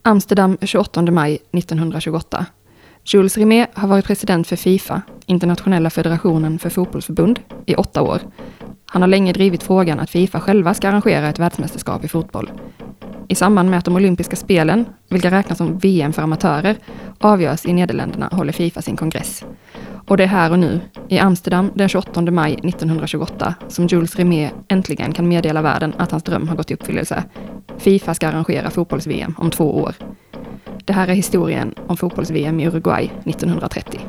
Amsterdam 28 maj 1928. Jules Rimet har varit president för FIFA, Internationella federationen för fotbollsförbund, i 8 år. Han har länge drivit frågan att FIFA själva ska arrangera ett världsmästerskap i fotboll. I samband med att de olympiska spelen, vilka räknas som VM för amatörer, avgörs i Nederländerna håller FIFA sin kongress. Och det är här och nu, i Amsterdam den 28 maj 1928, som Jules Rimet äntligen kan meddela världen att hans dröm har gått i uppfyllelse. FIFA ska arrangera fotbolls-VM om 2 år. Det här är historien om fotbolls-VM i Uruguay 1930.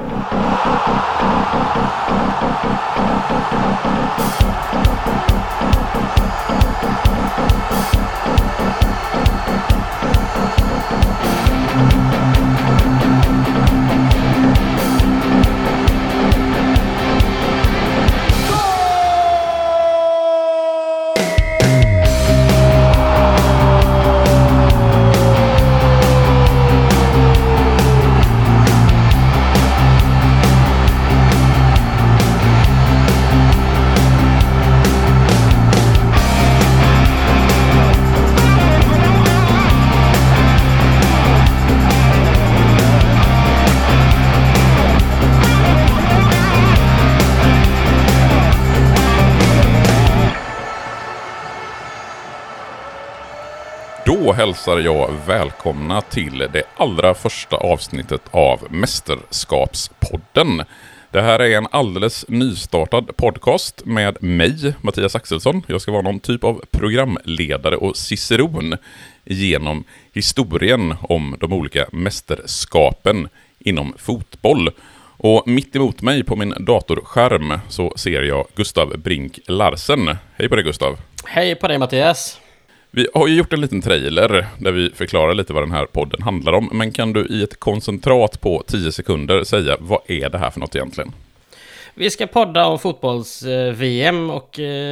Då hälsar jag välkomna till det allra första avsnittet av Mästerskapspodden. Det här är en alldeles nystartad podcast med mig, Mattias Axelsson. Jag ska vara någon typ av programledare och ciceron genom historien om de olika mästerskapen inom fotboll. Och mitt emot mig på min datorskärm så ser jag Gustav Brink Larsen. Hej på dig, Gustav. Hej på dig, Mattias. Vi har ju gjort en liten trailer där vi förklarar lite vad den här podden handlar om. Men kan du i ett koncentrat på 10 sekunder säga vad är det här för något egentligen? Vi ska podda om fotbolls-VM och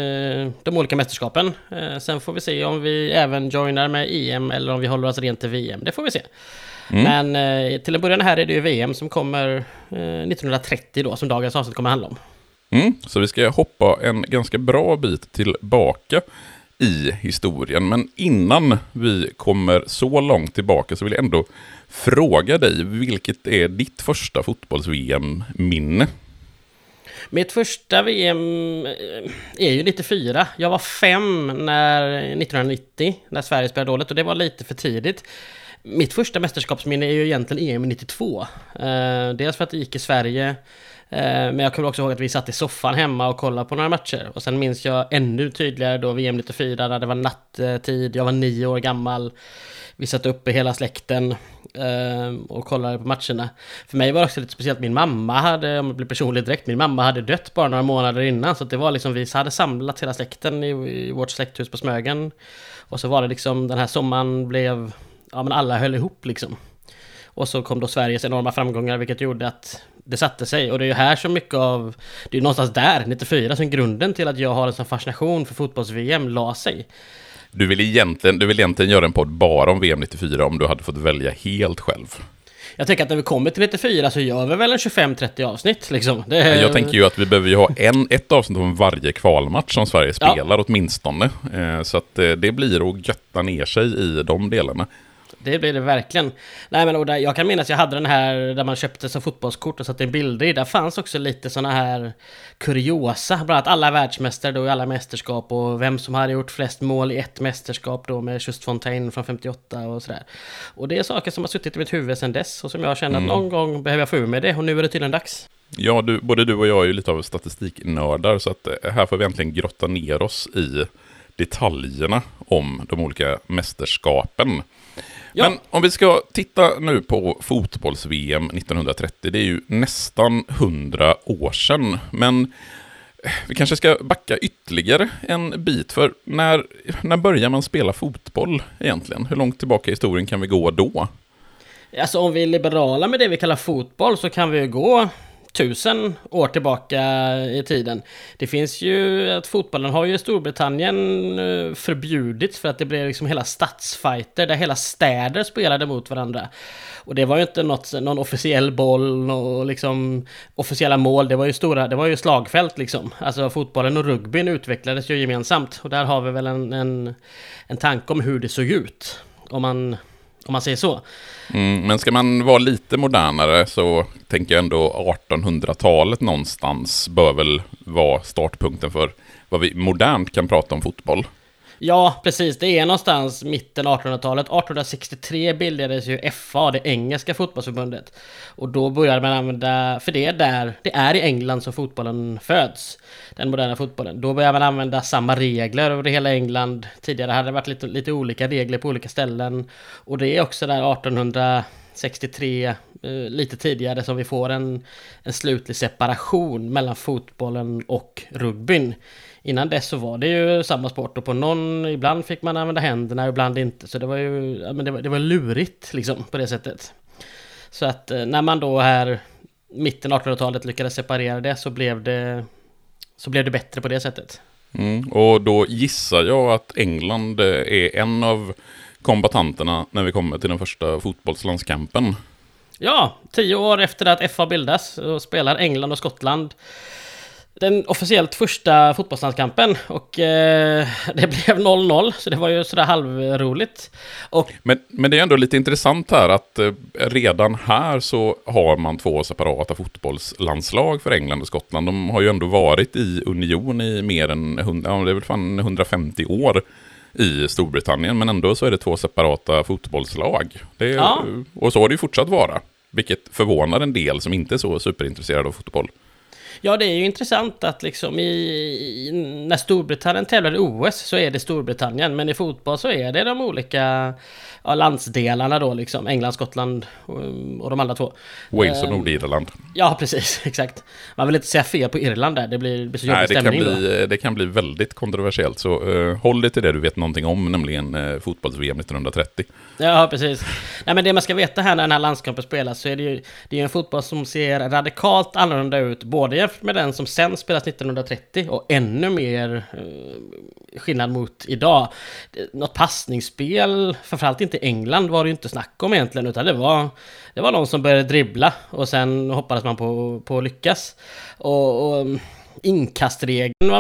de olika mästerskapen. Sen får vi se om vi även joinar med EM eller om vi håller oss rent till VM. Det får vi se. Men till en början här är det ju VM som kommer 1930 då, som dagens avsnitt kommer handla om. Så vi ska hoppa en ganska bra bit tillbaka i historien. Men innan vi kommer så långt tillbaka så vill jag ändå fråga dig, vilket är ditt första fotbolls-VM-minne? Mitt första VM är ju 94. Jag var 5 1990 när Sverige spelade dåligt och det var lite för tidigt. Mitt första mästerskapsminne är ju egentligen EM 92. Dels för att det gick i Sverige. Men jag kommer också ihåg att vi satt i soffan hemma och kollade på några matcher. Och sen minns jag ännu tydligare då VM 94 när det var nattid. Jag var 9 år gammal. Vi satt uppe hela släkten och kollade på matcherna. För mig var det också lite speciellt. Min mamma hade, om jag blir personlig direkt, min mamma hade dött bara några månader innan. Så det var liksom, vi hade samlat hela släkten i vårt släkthus på Smögen. Och så var det liksom, den här sommaren blev, ja men alla höll ihop liksom. Och så kom då Sveriges enorma framgångar, vilket gjorde att det satte sig. Och det är ju här så mycket av, det är ju någonstans där, 94, som grunden till att jag har en sån fascination för fotbolls-VM la sig. Du vill egentligen göra en podd bara om VM 94 om du hade fått välja helt själv. Jag tänker att när vi kommer till 94 så gör vi väl en 25-30 avsnitt liksom. Jag tänker ju att vi behöver ju ha ett avsnitt om varje kvalmatch som Sverige spelar åtminstone. Så att det blir att götta ner sig i de delarna. Det blir det verkligen. Nej, men jag kan minnas att jag hade den här där man köpte som fotbollskort och satte in bilder i. Där fanns också lite såna här kuriosa. Bland annat alla världsmästare då i alla mästerskap och vem som hade gjort flest mål i ett mästerskap då med Just Fontaine från 58 och sådär. Och det är saker som har suttit i mitt huvud sedan dess och som jag känner att någon gång behöver jag få ur med det och nu är det tydligen dags. Ja, både du och jag är ju lite av statistiknördar så att här får vi egentligen grotta ner oss i detaljerna om de olika mästerskapen. Ja. Men om vi ska titta nu på fotbolls-VM 1930, det är ju nästan 100 år sedan. Men vi kanske ska backa ytterligare en bit, för när börjar man spela fotboll egentligen? Hur långt tillbaka i historien kan vi gå då? Alltså om vi är liberala med det vi kallar fotboll så kan vi ju gå 1000 år tillbaka i tiden. Det finns ju att fotbollen har ju i Storbritannien förbjudits för att det blev liksom hela stadsfighter där hela städer spelade mot varandra. Och det var ju inte någon officiell boll och liksom officiella mål, det var ju slagfält liksom. Alltså fotbollen och rugbyn utvecklades ju gemensamt och där har vi väl en tanke om hur det såg ut. Om man om man säger så. Men ska man vara lite modernare så tänker jag ändå 1800-talet någonstans bör väl vara startpunkten för vad vi modernt kan prata om fotboll. Ja, precis. Det är någonstans mitten av 1800-talet. 1863 bildades ju FA, det engelska fotbollsförbundet. Och då började man använda, för det är i England som fotbollen föds, den moderna fotbollen. Då började man använda samma regler över hela England. Tidigare hade det varit lite olika regler på olika ställen. Och det är också där 1863, lite tidigare, som vi får en slutlig separation mellan fotbollen och rugbyn. Innan dess så var det ju samma sport, och ibland fick man använda händerna, ibland inte. Så det var ju, det var lurigt liksom på det sättet. Så att när man då här mitten av 1800-talet lyckades separera det, så blev det bättre på det sättet. Och då gissar jag att England är en av kombatanterna när vi kommer till den första fotbollslandskampen. Ja, 10 år efter att FA bildas så spelar England och Skottland den officiellt första fotbollslandskampen, och det blev 0-0, så det var ju sådär halvroligt. Men det är ändå lite intressant här att redan här så har man 2 separata fotbollslandslag för England och Skottland. De har ju ändå varit i union i mer än 150 år i Storbritannien, men ändå så är det 2 separata fotbollslag. Och så har det ju fortsatt vara, vilket förvånar en del som inte är så superintresserade av fotboll. Ja, det är ju intressant att liksom när Storbritannien tävlar i OS så är det Storbritannien, men i fotboll så är det de olika landsdelarna då, liksom England, Skottland och de andra 2. Wales och Nordirland. Ja, precis, exakt. Man vill inte säga fel på Irland där, det blir så jobbig stämning. Det kan bli väldigt kontroversiellt, så håll dig till det du vet någonting om, nämligen fotbolls-VM 1930. Ja, precis. Nej, men det man ska veta här när den här landskampen spelas, så är det är en fotboll som ser radikalt annorlunda ut, både jämfört med den som sen spelas 1930 och ännu mer skillnad mot idag. Något passningsspel, framförallt inte i England, var det ju inte snack om egentligen, utan det var någon som började dribbla och sen hoppades man på att lyckas. Och inkastregeln var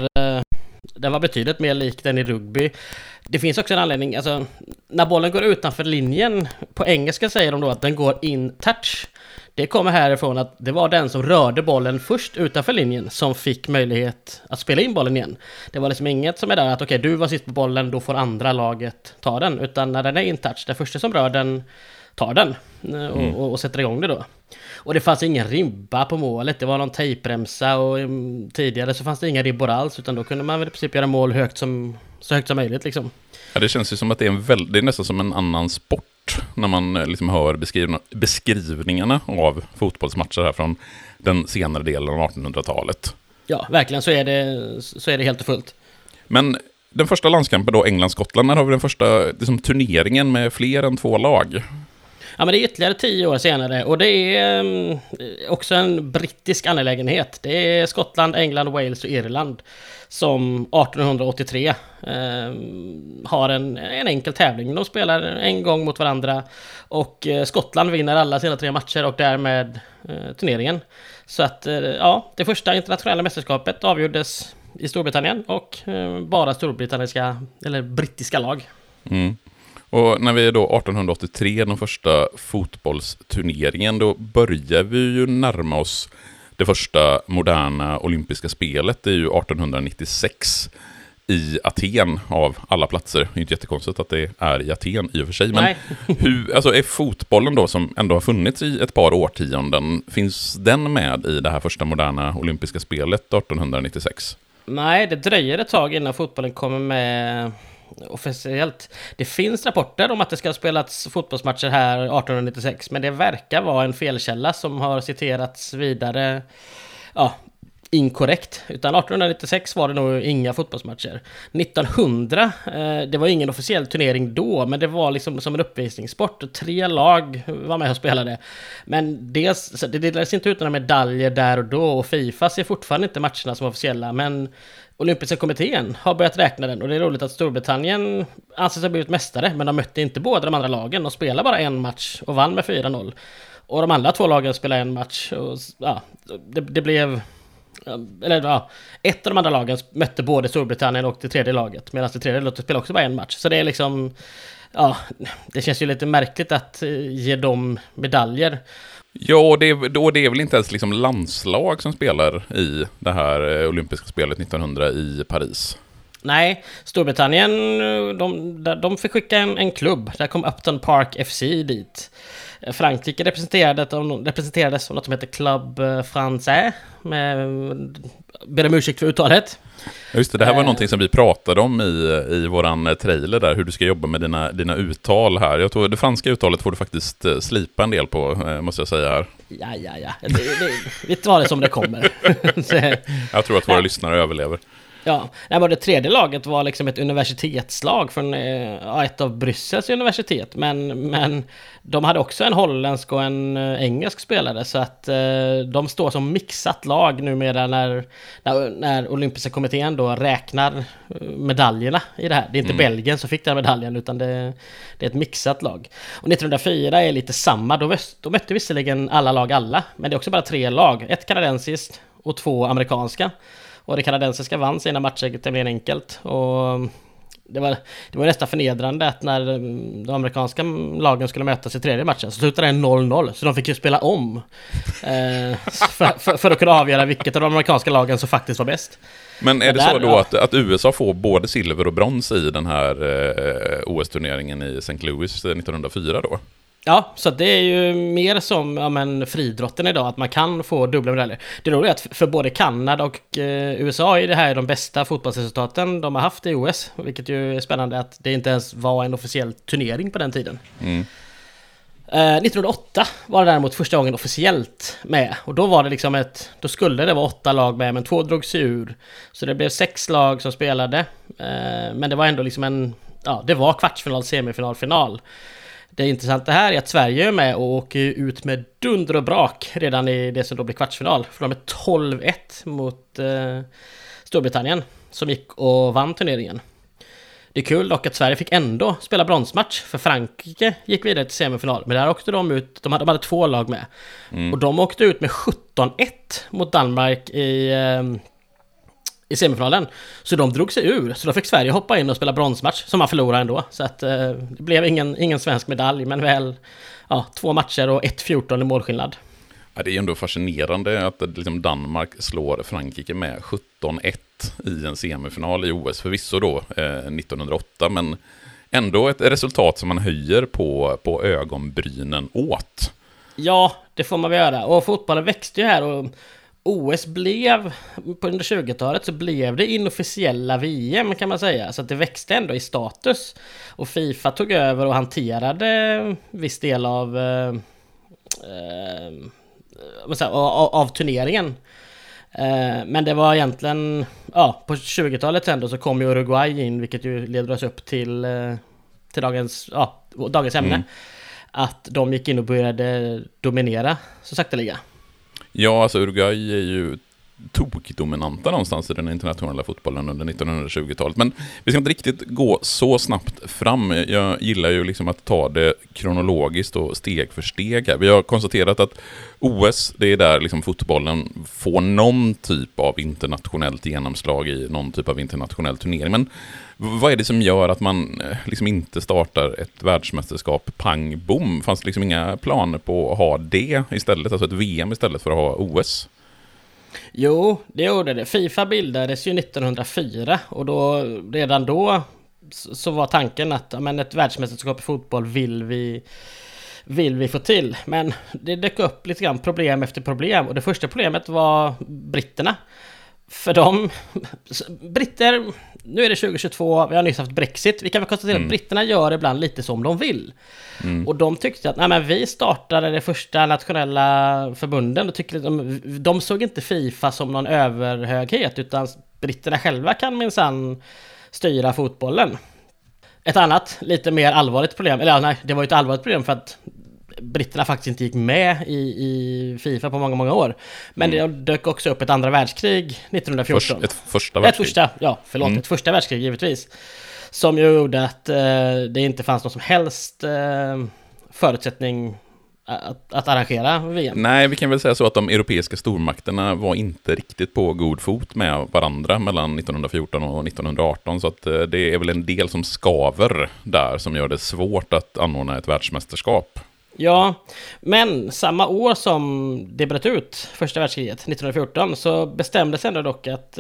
den var betydligt mer lik den i rugby. Det finns också en anledning, alltså när bollen går utanför linjen, på engelska säger de då att den går in touch. Det kommer härifrån att det var den som rörde bollen först utanför linjen som fick möjlighet att spela in bollen igen. Det var liksom inget som är där att okej, du var sist på bollen, då får andra laget ta den. Utan när den är in touch, det första som rör den tar den och sätter igång det då. Och det fanns ingen ribba på målet, det var någon tejpremsa, och tidigare så fanns det inga ribbor alls, utan då kunde man väl i princip göra mål så högt som möjligt liksom. Ja, det känns ju som att det är nästan som en annan sport när man liksom hör beskrivningarna av fotbollsmatcher här från den senare delen av 1800-talet. Ja, verkligen, så är det helt och fullt. Men den första landskampen då, England-Skottland, när har vi den första liksom, turneringen med fler än 2 lag? Ja, men det är ytterligare 10 år senare, och det är också en brittisk angelägenhet. Det är Skottland, England, Wales och Irland som 1883 har en enkel tävling. De spelar en gång mot varandra, och Skottland vinner alla sina 3 matcher och därmed turneringen. Så att det första internationella mästerskapet avgjordes i Storbritannien, och bara brittiska lag. Och när vi är då 1883, den första fotbollsturneringen, då börjar vi ju närma oss det första moderna olympiska spelet. Det är ju 1896 i Aten av alla platser. Det är inte jättekonstigt att det är i Aten i och för sig. Men är fotbollen då, som ändå har funnits i ett par årtionden, finns den med i det här första moderna olympiska spelet 1896? Nej, det dröjer ett tag innan fotbollen kommer med officiellt. Det finns rapporter om att det ska ha spelats fotbollsmatcher här 1896, men det verkar vara en felkälla som har citerats vidare inkorrekt. Utan 1896 var det nog inga fotbollsmatcher. 1900, det var ingen officiell turnering då, men det var liksom som en uppvisningssport. 3 lag var med och spelade. Men det delades inte ut några medaljer där och då, och FIFA ser fortfarande inte matcherna som officiella, men Olympiska kommittén har börjat räkna den, och det är roligt att Storbritannien anses ha blivit mästare, men de mötte inte båda de andra lagen. De spelade bara en match och vann med 4-0. Och de andra 2 lagen spelade en match, och det blev... ett av de andra lagen mötte både Storbritannien och det tredje laget, medan det tredje laget spelade också bara en match. Så det är liksom... ja, det känns ju lite märkligt att ge dem medaljer. Ja, det är väl inte ens liksom landslag som spelar i det här olympiska spelet 1900 i Paris. Nej, Storbritannien, de fick skicka en klubb. Där kom Upton Park FC dit. Frankrike representerades av något som heter Club Français. Ber om ursäkt för uttalet. Just det här var någonting som vi pratade om i våran trailer där, hur du ska jobba med dina uttal här. Jag tror det franska uttalet får du faktiskt slipa en del på, måste jag säga här. Ja. Vi tar det som det kommer. Jag tror att våra lyssnare överlever. Ja, men det tredje laget var liksom ett universitetslag från ett av Bryssels universitet, men de hade också en holländsk och en engelsk spelare, så att de står som mixat lag numera när olympiska kommittén då räknar medaljerna i det här. Det är inte Belgien som fick den medaljen, utan det är ett mixat lag. Och 1904 är lite samma, då mötte visserligen alla lag alla, men det är också bara 3 lag, ett kanadensiskt och 2 amerikanska. Och det kanadensiska vann sina matcher tämligen enkelt. Och det var nästan förnedrande att när de amerikanska lagen skulle mötas i tredje matchen så slutade det 0-0. Så de fick ju spela om för att kunna avgöra vilket av de amerikanska lagen som faktiskt var bäst. Men är det så då att USA får både silver och brons i den här OS-turneringen i St. Louis 1904 då? Ja, så det är ju mer som friidrotten idag, att man kan få dubbla medaljer. Det är roligt att för både Kanada och USA är det här de bästa fotbollsresultaten de har haft i OS, vilket ju är spännande att det inte ens var en officiell turnering på den tiden. 1908 var det däremot första gången officiellt med, och då var det liksom då skulle det vara 8 lag med, men 2 drog sig ur, så det blev 6 lag som spelade, men det var ändå liksom det var kvartsfinal, semifinal, final. Det intressanta här är att Sverige är med och åker ut med dunder och brak redan i det som då blir kvartsfinal. För de är 12-1 mot Storbritannien som gick och vann turneringen. Det är kul dock att Sverige fick ändå spela bronsmatch, för Frankrike gick vidare till semifinal. Men där åkte de ut, de hade 2 lag med. Och de åkte ut med 17-1 mot Danmark i semifinalen. Så de drog sig ur. Så då fick Sverige hoppa in och spela bronsmatch, som man förlorade ändå. Så att det blev ingen svensk medalj, men väl 2 matcher och 1-14 i målskillnad. Ja, det är ändå fascinerande att liksom Danmark slår Frankrike med 17-1 i en semifinal i OS, förvisso då 1908, men ändå ett resultat som man höjer på ögonbrynen åt. Ja, det får man väl göra. Och fotbollen växte ju här, och OS blev, under 20-talet så blev det inofficiella VM, kan man säga. Så att det växte ändå i status. Och FIFA tog över och hanterade viss del av turneringen. Men det var egentligen, på 20-talet ändå så kom ju Uruguay in, vilket ju leder oss upp till dagens ämne. Att de gick in och började dominera så sakteliga. Ja, alltså Uruguay är ju tokdominanta någonstans i den internationella fotbollen under 1920-talet. Men vi ska inte riktigt gå så snabbt fram. Jag gillar ju liksom att ta det kronologiskt och steg för steg här. Vi har konstaterat att OS, det är där liksom fotbollen får någon typ av internationellt genomslag i någon typ av internationell turnering. Men vad är det som gör att man liksom inte startar ett världsmästerskap pang bom? Fanns det liksom inga planer på att ha det istället, alltså ett VM istället för att ha OS? Jo, det gjorde det. FIFA bildades ju 1904, och redan då så var tanken att ett världsmästerskap i fotboll vill vi få till. Men det dök upp lite grann problem efter problem, och det första problemet var britterna. För britter, nu är det 2022, vi har nyss haft Brexit. Vi kan väl konstatera att britterna gör ibland lite som de vill. Och de tyckte att vi startade det första nationella förbunden, och tyckte de såg inte FIFA som någon överhöghet, utan britterna själva kan minsann styra fotbollen. Ett annat, lite mer allvarligt problem, det var ju ett allvarligt problem för att britterna faktiskt inte gick med i FIFA på många år. Men det dök också upp ett andra världskrig 1914. Ett första världskrig. Ett första världskrig givetvis. Som ju gjorde att det inte fanns någon som helst förutsättning att arrangera VM. Nej, vi kan väl säga så att de europeiska stormakterna var inte riktigt på god fot med varandra mellan 1914 och 1918, så att det är väl en del som skaver där som gör det svårt att anordna ett världsmästerskap. Ja, men samma år som det bröt ut första världskriget, 1914, så bestämdes ändå dock att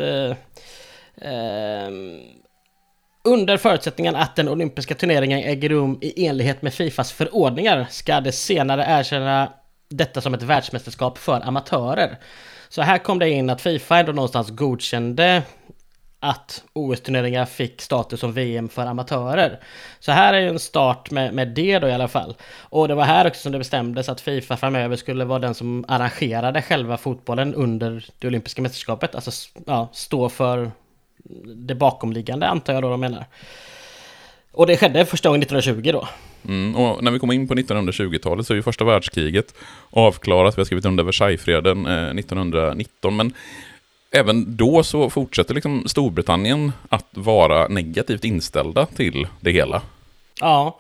under förutsättningen att den olympiska turneringen äger rum i enlighet med Fifas förordningar ska det senare erkänna detta som ett världsmästerskap för amatörer. Så här kom det in att Fifa ändå någonstans godkände att OS-turneringar fick status som VM för amatörer. Så här är ju en start med det då i alla fall. Och det var här också som det bestämdes att Fifa framöver skulle vara den som arrangerade själva fotbollen under det olympiska mästerskapet. Alltså stå för det bakomliggande, antar jag då de menar. Och det skedde första gången 1920 då. Och när vi kommer in på 1920-talet så är ju första världskriget avklarat. Vi har skrivit under Versaillesfreden 1919, men även då så fortsätter liksom Storbritannien att vara negativt inställda till det hela. Ja,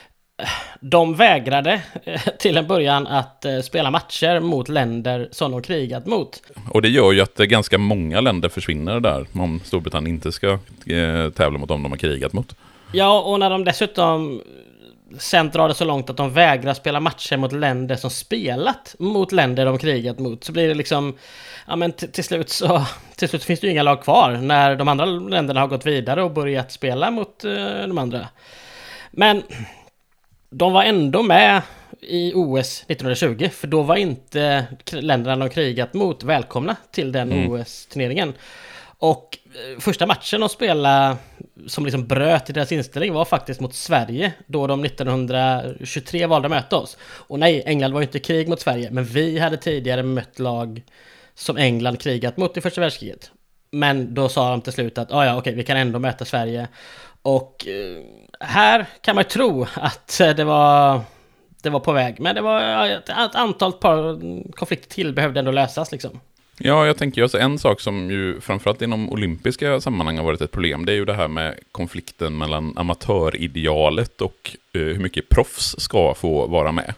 de vägrade till en början att spela matcher mot länder som de krigat mot. Och det gör ju att ganska många länder försvinner där om Storbritannien inte ska tävla mot dem de har krigat mot. Ja, och när de dessutom sen drar det så långt att de vägrar spela matcher mot länder som spelat mot länder de krigat mot, så blir det liksom, ja men till slut finns det ju inga lag kvar när de andra länderna har gått vidare och börjat spela mot de andra. Men de var ändå med i OS 1920, för då var inte länderna de krigat mot välkomna till den OS-turneringen. Och första matchen de spelade som liksom bröt i deras inställning var faktiskt mot Sverige, då de 1923 valde att möta oss. Och nej, England var ju inte i krig mot Sverige, men vi hade tidigare mött lag som England krigat mot i första världskriget. Men då sa de till slut att okej, vi kan ändå möta Sverige. Och här kan man ju tro att det var på väg. Men det var ett antal konflikter till behövde ändå lösas liksom. Ja, jag tänker alltså en sak som ju framförallt inom olympiska sammanhang har varit ett problem, det är ju det här med konflikten mellan amatöridealet och hur mycket proffs ska få vara med.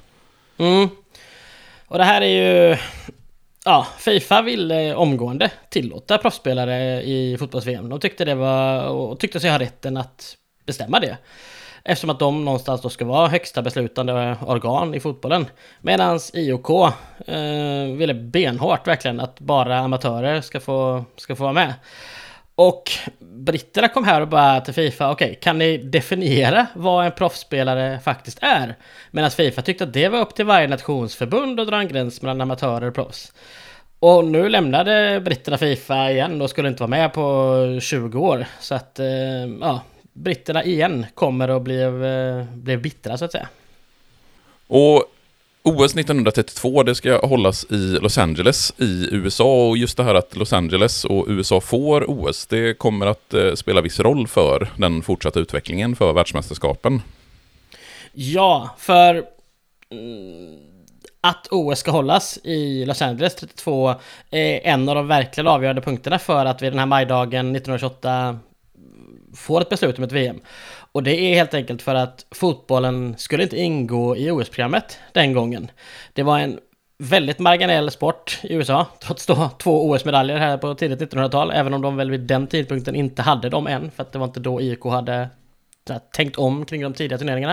Och det här är ju... Ja, Fifa ville omgående tillåta proffsspelare i fotbolls-VM. De tyckte det var, och tyckte sig ha rätten att bestämma det. Eftersom att de någonstans då ska vara högsta beslutande organ i fotbollen. Medan IOK ville benhårt verkligen att bara amatörer ska få vara med. Och britterna kom här och bara till Fifa, okej, kan ni definiera vad en proffsspelare faktiskt är? Medan Fifa tyckte att det var upp till varje nationsförbund att dra en gräns mellan amatörer och proffs. Och nu lämnade britterna Fifa igen och skulle inte vara med på 20 år. Så att, britterna igen kommer och blev bittra så att säga. Och OS 1932 det ska hållas i Los Angeles i USA, och just det här att Los Angeles och USA får OS, det kommer att spela viss roll för den fortsatta utvecklingen för världsmästerskapen. Ja, för att OS ska hållas i Los Angeles 32 är en av de verkligen avgörande punkterna för att vi den här majdagen 1928 får ett beslut om ett VM. Och det är helt enkelt för att fotbollen skulle inte ingå i OS-programmet den gången. Det var en väldigt marginell sport i USA, trots då 2 OS-medaljer här på tidigt 1900-tal, även om de väl vid den tidpunkten inte hade dem än, för att det var inte då IOK hade tänkt om kring de tidiga turneringarna.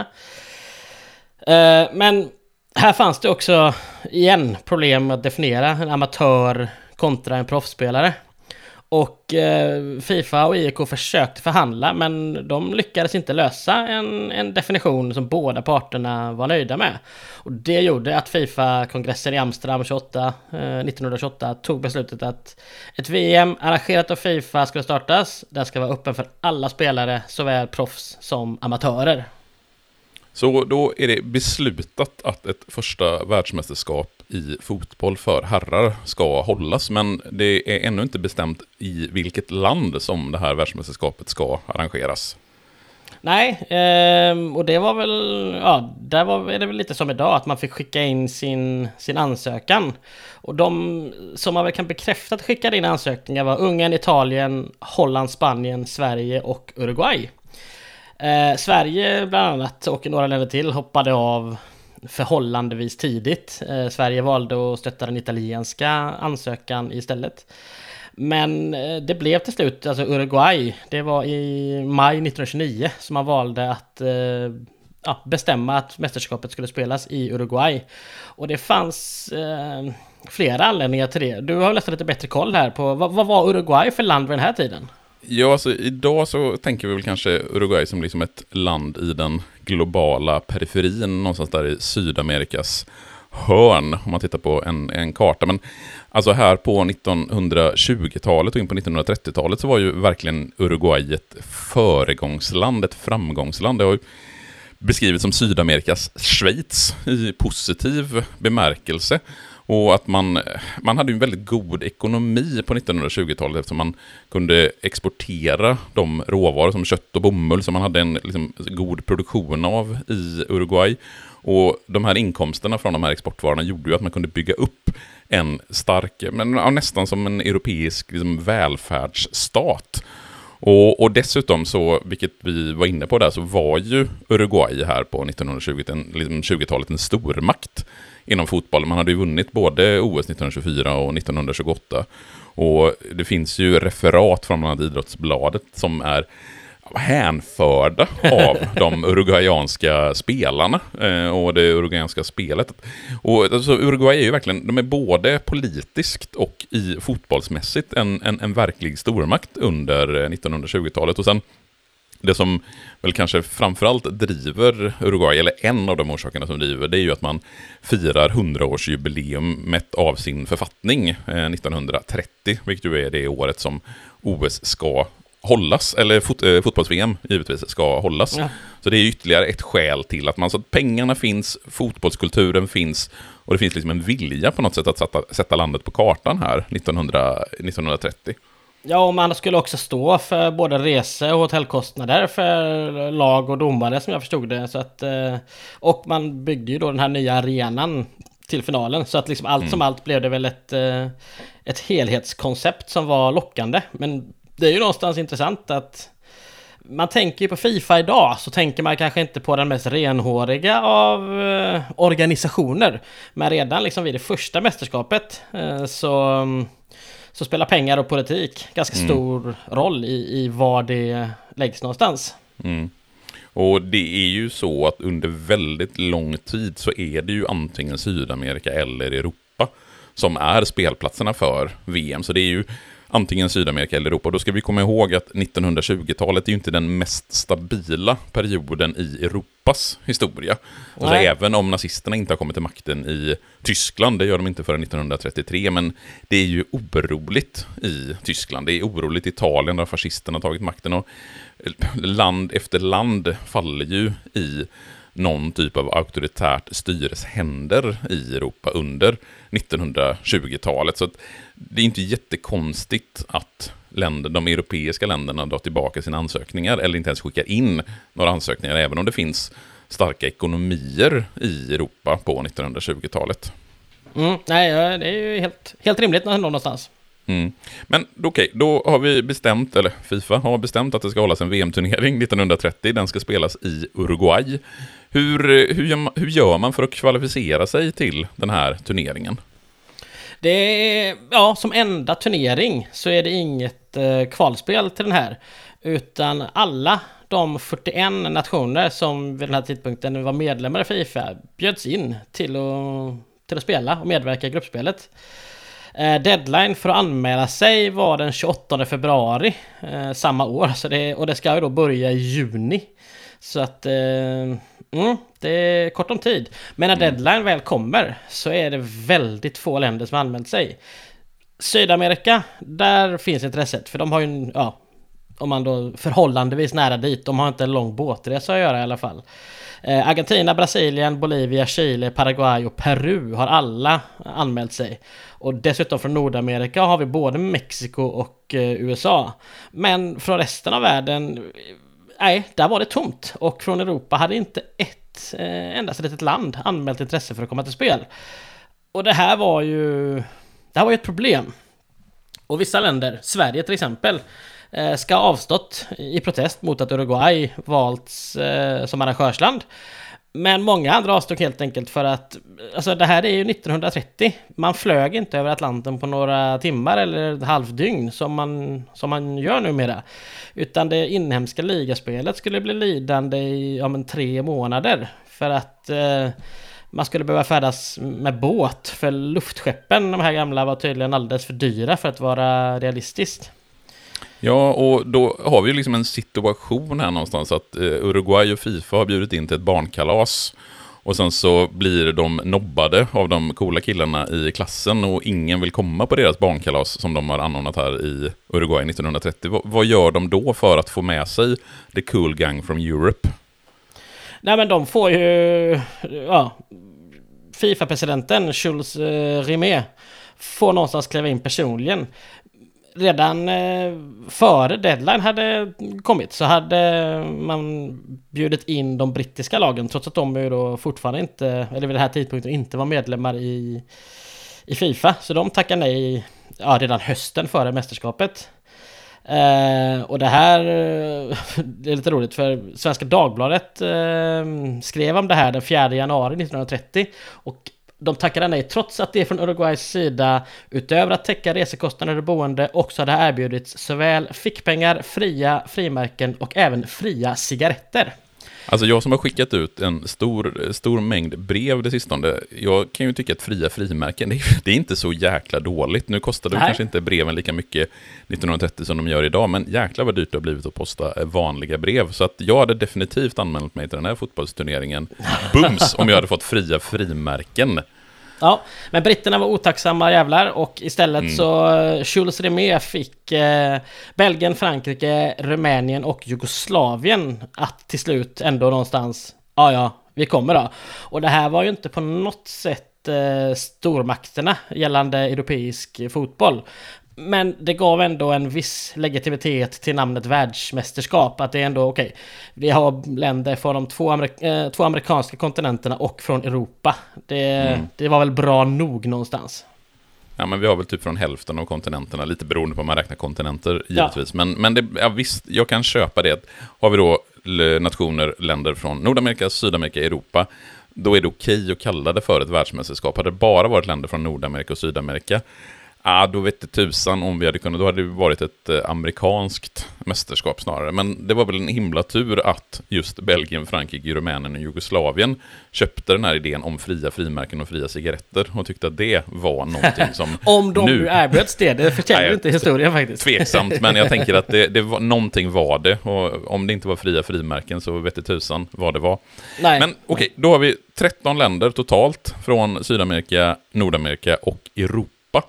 Men här fanns det också igen problem att definiera en amatör kontra en proffsspelare. Och Fifa och IOK försökte förhandla, men de lyckades inte lösa en definition som båda parterna var nöjda med. Och det gjorde att FIFA-kongressen i Amsterdam 1928 tog beslutet att ett VM arrangerat av Fifa skulle startas. Den ska vara öppen för alla spelare, såväl proffs som amatörer. Så då är det beslutat att ett första världsmästerskap i fotboll för herrar ska hållas, men det är ännu inte bestämt i vilket land som det här världsmästerskapet ska arrangeras. Nej, och det var väl, är det väl lite som idag att man fick skicka in sin ansökan. Och de som man väl kan bekräfta att skickade in ansökningar var Ungern, Italien, Holland, Spanien, Sverige och Uruguay. Sverige bland annat och några länder till hoppade av förhållandevis tidigt. Sverige valde att stötta den italienska ansökan istället. Men det blev till slut alltså Uruguay. Det var i maj 1929 som man valde att bestämma att mästerskapet skulle spelas i Uruguay. Och det fanns flera anledningar till det. Du har nästan lite bättre koll här på vad var Uruguay för land vid den här tiden? Ja, alltså idag så tänker vi väl kanske Uruguay som liksom ett land i den globala periferin, någonstans där i Sydamerikas hörn, om man tittar på en karta. Men alltså här på 1920-talet och in på 1930-talet så var ju verkligen Uruguay ett föregångsland, ett framgångsland. Det har ju beskrivits som Sydamerikas Schweiz i positiv bemärkelse. Och att man hade en väldigt god ekonomi på 1920-talet eftersom man kunde exportera de råvaror som kött och bomull som man hade en liksom god produktion av i Uruguay. Och de här inkomsterna från de här exportvarorna gjorde ju att man kunde bygga upp en stark, men nästan som en europeisk liksom, välfärdsstat. Och dessutom så, vilket vi var inne på där, så var ju Uruguay här på 1920-talet en stormakt inom fotboll. Man hade ju vunnit både OS 1924 och 1928. Och det finns ju referat från bland annat Idrottsbladet som är hänförda av de uruguayanska spelarna och det uruguayanska spelet. Och alltså, Uruguay är ju verkligen, de är både politiskt och i fotbollsmässigt en verklig stormakt under 1920-talet. Och sen det som väl kanske framförallt driver Uruguay, eller en av de orsakerna som driver, det är ju att man firar 100-årsjubileumet av sin författning 1930, vilket ju är det året som OS ska hållas, eller fotbolls-VM givetvis ska hållas. Ja. Så det är ytterligare ett skäl till att så att pengarna finns, fotbollskulturen finns och det finns liksom en vilja på något sätt att sätta landet på kartan här 1930. Ja, och man skulle också stå för både rese- och hotellkostnader för lag och domare som jag förstod det. Så att, och man byggde ju då den här nya arenan till finalen. Så att liksom allt som allt blev det väl ett helhetskoncept som var lockande. Men det är ju någonstans intressant att man tänker ju på FIFA idag, så tänker man kanske inte på den mest renhåriga av organisationer. Men redan liksom vid det första mästerskapet så spelar pengar och politik ganska stor roll i var det läggs någonstans. Mm. Och det är ju så att under väldigt lång tid så är det ju antingen Sydamerika eller Europa som är spelplatserna för VM. Så det är ju antingen Sydamerika eller Europa. Då ska vi komma ihåg att 1920-talet är ju inte den mest stabila perioden i Europas historia. Alltså även om nazisterna inte har kommit till makten i Tyskland, det gör de inte förrän 1933, men det är ju oroligt i Tyskland. Det är oroligt i Italien där fascisterna har tagit makten och land efter land faller ju i någon typ av auktoritärt styres händer i Europa under 1920-talet. Så att det är inte jättekonstigt att de europeiska länderna drar tillbaka sina ansökningar eller inte ens skickar in några ansökningar, även om det finns starka ekonomier i Europa på 1920-talet. Nej, det är ju helt rimligt någonstans. Men okej, då har vi bestämt, eller FIFA har bestämt att det ska hållas en VM-turnering 1930. Den ska spelas i Uruguay. Hur gör man för att kvalificera sig till den här turneringen? Det är, som enda turnering så är det inget kvalspel till den här. Utan alla de 41 nationer som vid den här tidpunkten var medlemmar i FIFA bjöds in till att spela och medverka i gruppspelet. Deadline för att anmäla sig var den 28 februari samma år. Och det ska ju då börja i juni. Så att det är kort om tid. Men när deadline väl kommer så är det väldigt få länder som har anmält sig. Sydamerika, där finns intresset. För de har ju, om man då förhållandevis nära dit, de har inte en lång båtresa att göra i alla fall. Argentina, Brasilien, Bolivia, Chile, Paraguay och Peru har alla anmält sig. Och dessutom från Nordamerika har vi både Mexiko och USA. Men från resten av världen, där var det tomt. Och från Europa hade inte endast litet land anmält intresse för att komma till spel. Och det här var ju ett problem. Och vissa länder, Sverige till exempel, ska ha avstått i protest mot att Uruguay valts som arrangörsland. Men många andra avstod helt enkelt för att, alltså det här är ju 1930. Man flög inte över Atlanten på några timmar eller ett halvdygn som man gör numera. Utan det inhemska ligaspelet skulle bli lidande i 3 månader. För att man skulle behöva färdas med båt. För luftskeppen, de här gamla, var tydligen alldeles för dyra för att vara realistiskt. Ja, och då har vi ju liksom en situation här någonstans att Uruguay och FIFA har bjudit in till ett barnkalas. Och sen så blir de nobbade av de coola killarna i klassen och ingen vill komma på deras barnkalas som de har anordnat här i Uruguay 1930. Vad gör de då för att få med sig the cool gang from Europe? Nej, men de får ju... FIFA-presidenten Jules Rimet får någonstans kliva in personligen. Redan före deadline hade kommit så hade man bjudit in de brittiska lagen, trots att de ju då fortfarande inte, eller vid den här tidpunkten inte var medlemmar i FIFA. Så de tackade nej redan hösten före mästerskapet. Och det här det är lite roligt, för Svenska Dagbladet skrev om det här den 4 januari 1930 och de tackade nej trots att det från Uruguays sida, utöver att täcka resekostnader och boende, också hade erbjudits såväl fickpengar, fria frimärken och även fria cigaretter. Alltså jag som har skickat ut en stor mängd brev det sistone, jag kan ju tycka att fria frimärken, det är inte så jäkla dåligt. Nu kostade det kanske inte breven lika mycket 1930 som de gör idag, men jäkla vad dyrt det har blivit att posta vanliga brev. Så att jag hade definitivt anmält mig till den här fotbollsturneringen bums om jag hade fått fria frimärken. Ja, men britterna var otacksamma jävlar och istället så Jules Rimet fick Belgien, Frankrike, Rumänien och Jugoslavien att till slut ändå någonstans, vi kommer då. Och det här var ju inte på något sätt stormakterna gällande europeisk fotboll. Men det gav ändå en viss legitimitet till namnet världsmästerskap. Att det är ändå okej. Vi har länder från de två amerikanska kontinenterna och från Europa. Det var väl bra nog någonstans. Ja, men vi har väl typ från hälften av kontinenterna, lite beroende på om man räknar kontinenter givetvis. Ja. Men det, visst, jag kan köpa det. Har vi då länder från Nordamerika, Sydamerika, Europa, då är det okej att kalla det för ett världsmästerskap. Hade det bara varit länder från Nordamerika och Sydamerika, då vet det tusan om vi hade kunnat, då hade det varit ett amerikanskt mästerskap snarare. Men det var väl en himla tur att just Belgien, Frankrike, Rumänien och Jugoslavien köpte den här idén om fria frimärken och fria cigaretter och tyckte att det var någonting som om de nu erbjöds det förtjänar inte historien faktiskt. Tveksamt, men jag tänker att det var, någonting var det, och om det inte var fria frimärken så vet det tusan vad det var. Nej. Men okej, då har vi 13 länder totalt från Sydamerika, Nordamerika och Europa.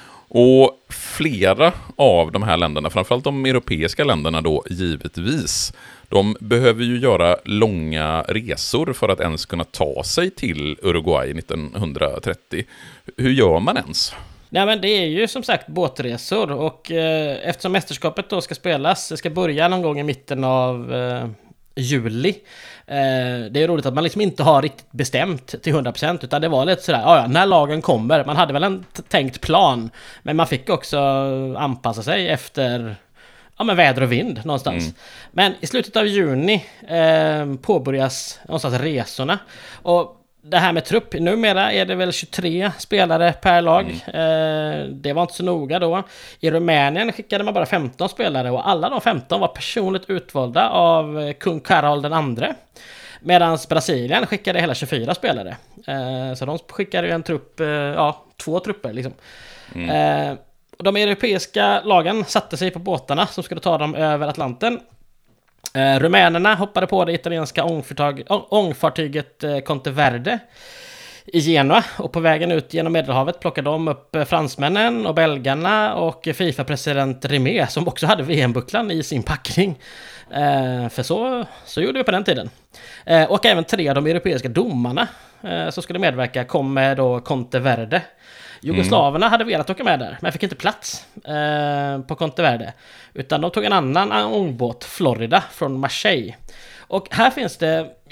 Och flera av de här länderna, framförallt de europeiska länderna då givetvis, de behöver ju göra långa resor för att ens kunna ta sig till Uruguay 1930. Hur gör man ens? Nej, men det är ju som sagt båtresor, och eftersom mästerskapet då ska spelas, det ska börja någon gång i mitten av juli. Det är roligt att man liksom inte har riktigt bestämt till 100%, utan det var lite sådär, när lagen kommer, man hade väl en tänkt plan, men man fick också anpassa sig efter väder och vind någonstans. Men i slutet av juni påbörjas någonstans resorna, och det här med trupp, numera är det väl 23 spelare per lag. Det var inte så noga då. I Rumänien skickade man bara 15 spelare, och alla de 15 var personligt utvalda av kung Karol den II. Medan Brasilien skickade hela 24 spelare. Så de skickade ju en trupp, 2 trupper liksom. De europeiska lagen satte sig på båtarna som skulle ta dem över Atlanten. Rumänerna hoppade på det italienska ångfartyget Conte Verde i Genua, och på vägen ut genom Medelhavet plockade de upp fransmännen och belgarna och FIFA-president Rimet, som också hade VM-bucklan i sin packning. För så gjorde vi på den tiden. Och även 3 av de europeiska domarna som skulle medverka kom med då Conte Verde. Jugoslaverna hade velat åka med där, men fick inte plats på Conte Verde, utan de tog en annan ångbåt, Florida, från Marseille. Och här finns det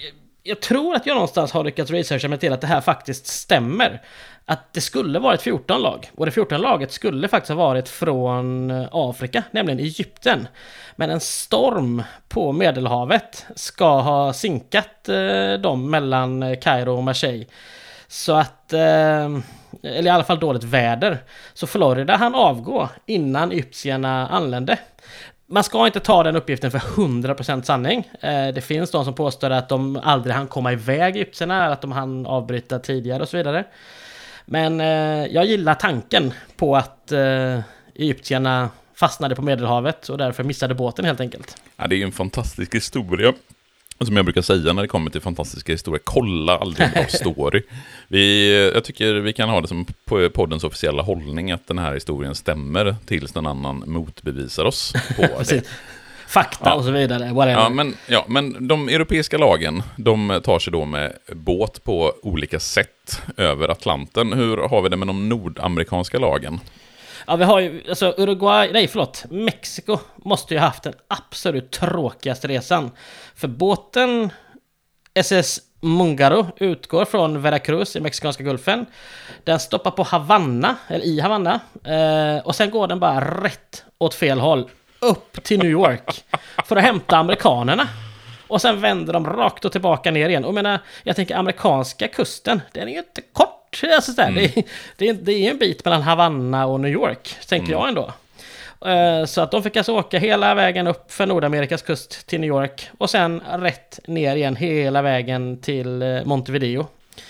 jag tror att jag någonstans har lyckats researcha mig till att det här faktiskt stämmer. Att det skulle varit 14 lag. Och det 14 laget skulle faktiskt ha varit från Afrika, nämligen Egypten. Men en storm på Medelhavet ska ha sinkat dem mellan Kairo och Marseille. Så att, eller i alla fall dåligt väder. Så Florida hann avgå innan egyptierna anlände. Man ska inte ta den uppgiften för 100% sanning. Det finns de som påstår att de aldrig hann komma iväg egyptierna, att de hann avbryta tidigare och så vidare. Men jag gillar tanken på att egyptierna fastnade på Medelhavet och därför missade båten helt enkelt. Ja, det är ju en fantastisk historia. Som jag brukar säga när det kommer till fantastiska historier, kolla aldrig en bra story. Jag tycker vi kan ha det som poddens officiella hållning att den här historien stämmer tills någon annan motbevisar oss på det. Fakta och så vidare. Men de europeiska lagen, de tar sig då med båt på olika sätt över Atlanten. Hur har vi det med de nordamerikanska lagen? Ja, vi har ju, Mexiko måste ju ha haft den absolut tråkigaste resan. För båten SS Mungaro utgår från Veracruz i Mexikanska gulfen. Den stoppar på Havanna, eller i Havanna. Och sen går den bara rätt åt fel håll, upp till New York för att hämta amerikanerna. Och sen vänder de rakt och tillbaka ner igen. Och jag tänker amerikanska kusten, den är ju inte kort. Alltså det är en bit mellan Havanna och New York, tänker jag ändå. Så att de fick alltså åka hela vägen upp för Nordamerikas kust till New York och sen rätt ner igen hela vägen till Montevideo.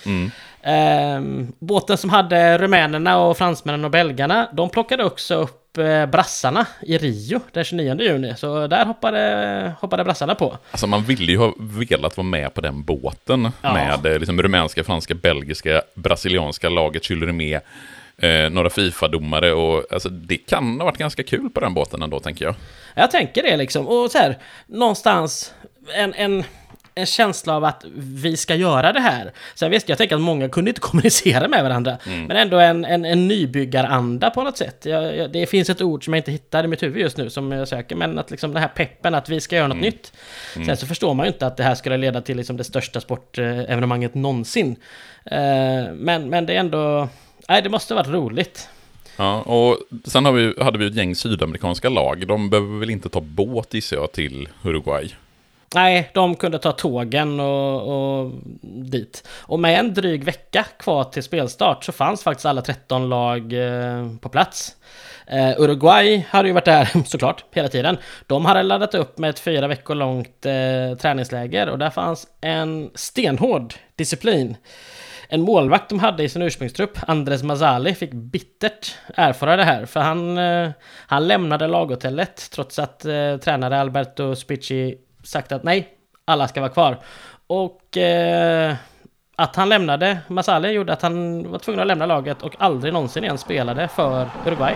Båten som hade rumänerna och fransmännen och belgarna, de plockade också upp brassarna i Rio den 29 juni. Så där hoppade brassarna på. Alltså man ville ju ha velat vara med på den båten med liksom rumänska, franska, belgiska, brasilianska laget Chillermé, några FIFA-domare och alltså det kan ha varit ganska kul på den båten ändå, tänker jag. Jag tänker det liksom. Och så här, någonstans en känsla av att vi ska göra det här. Sen visst, jag tänker att många kunde inte kommunicera med varandra. Men ändå en nybyggaranda på något sätt. Det finns ett ord som jag inte hittar i mitt huvud just nu som jag söker. Men att liksom den här peppen att vi ska göra något nytt. Sen så förstår man ju inte att det här skulle leda till liksom det största sportevenemanget någonsin. Men det är ändå... Nej, det måste ha varit roligt. Ja, och sen hade vi ett gäng sydamerikanska lag. De behöver väl inte ta båt, gissar jag, till Uruguay? Nej, de kunde ta tågen och dit. Och med en dryg vecka kvar till spelstart så fanns faktiskt alla 13 lag på plats. Uruguay hade ju varit där såklart hela tiden. De hade laddat upp med ett 4 veckor långt träningsläger och där fanns en stenhård disciplin. En målvakt de hade i sin ursprungstrupp, Andres Mazzali, fick bittert erfara det här. För han lämnade laghotellet trots att tränare Alberto Spicci sagt att nej, alla ska vara kvar. Och att han lämnade Mazzali gjorde att han var tvungen att lämna laget och aldrig någonsin igen spelade för Uruguay.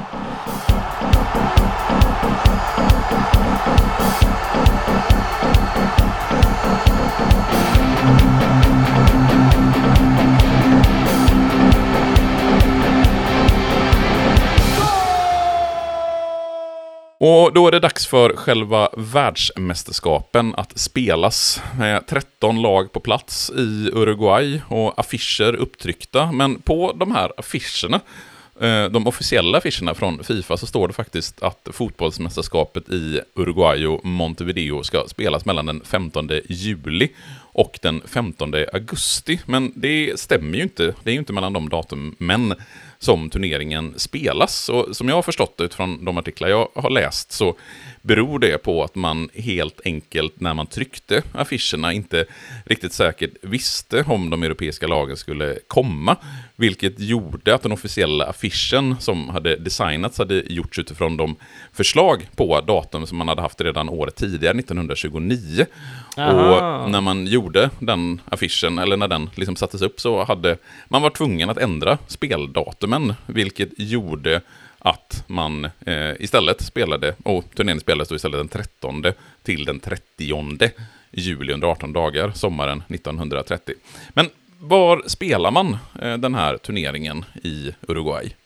Och då är det dags för själva världsmästerskapen att spelas med 13 lag på plats i Uruguay och affischer upptryckta. Men på de här affischerna, de officiella affischerna från FIFA, så står det faktiskt att fotbollsmästerskapet i Uruguay och Montevideo ska spelas mellan den 15 juli och den 15 augusti. Men det stämmer ju inte. Det är ju inte mellan de datumen som turneringen spelas. Och som jag har förstått utifrån de artiklar jag har läst så beror det på att man helt enkelt när man tryckte affischerna inte riktigt säkert visste om de europeiska lagen skulle komma. Vilket gjorde att den officiella affischen som hade designats hade gjorts utifrån de förslag på datum som man hade haft redan året tidigare, 1929. Aha. Och när man gjorde den affischen, eller när den liksom sattes upp, så hade man varit tvungen att ändra speldatumen, vilket gjorde att man istället spelade, och turneringen spelades då istället den 13 till den 30 juli under 18 dagar, sommaren 1930. Men var spelar man den här turneringen i Uruguay?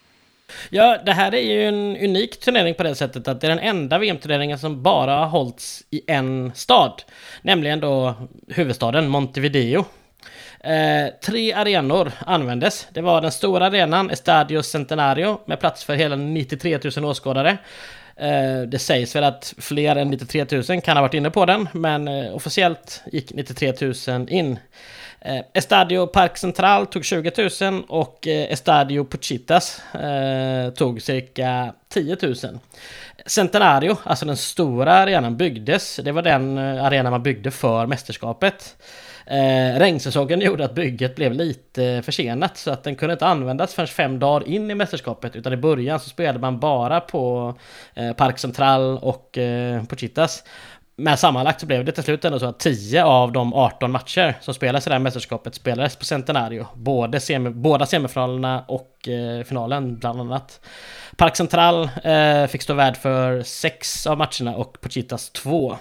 Ja, det här är ju en unik turnering på det sättet att det är den enda VM-turneringen som bara har hållits i en stad. Nämligen då huvudstaden Montevideo. 3 arenor användes. Det var den stora arenan Estadio Centenario med plats för hela 93 000 åskådare. Det sägs väl att fler än 93 000 kan ha varit inne på den, men officiellt gick 93 000 in. Estadio Parque Central tog 20 000 och Estadio Puchitas tog cirka 10 000. Centenario, alltså den stora arenan, byggdes. Det var den arena man byggde för mästerskapet. Regnsäsongen gjorde att bygget blev lite försenat, så att den kunde inte användas förrän 5 dagar in i mästerskapet, utan i början så spelade man bara på Parque Central och Puchitas. Men sammanlagt så blev det till slut ändå så att 10 av de 18 matcher som spelades i det här mästerskapet spelades på Centenario. Båda semifinalerna och finalen bland annat. Parque Central fick stå värd för 6 av matcherna och Puchitas 2.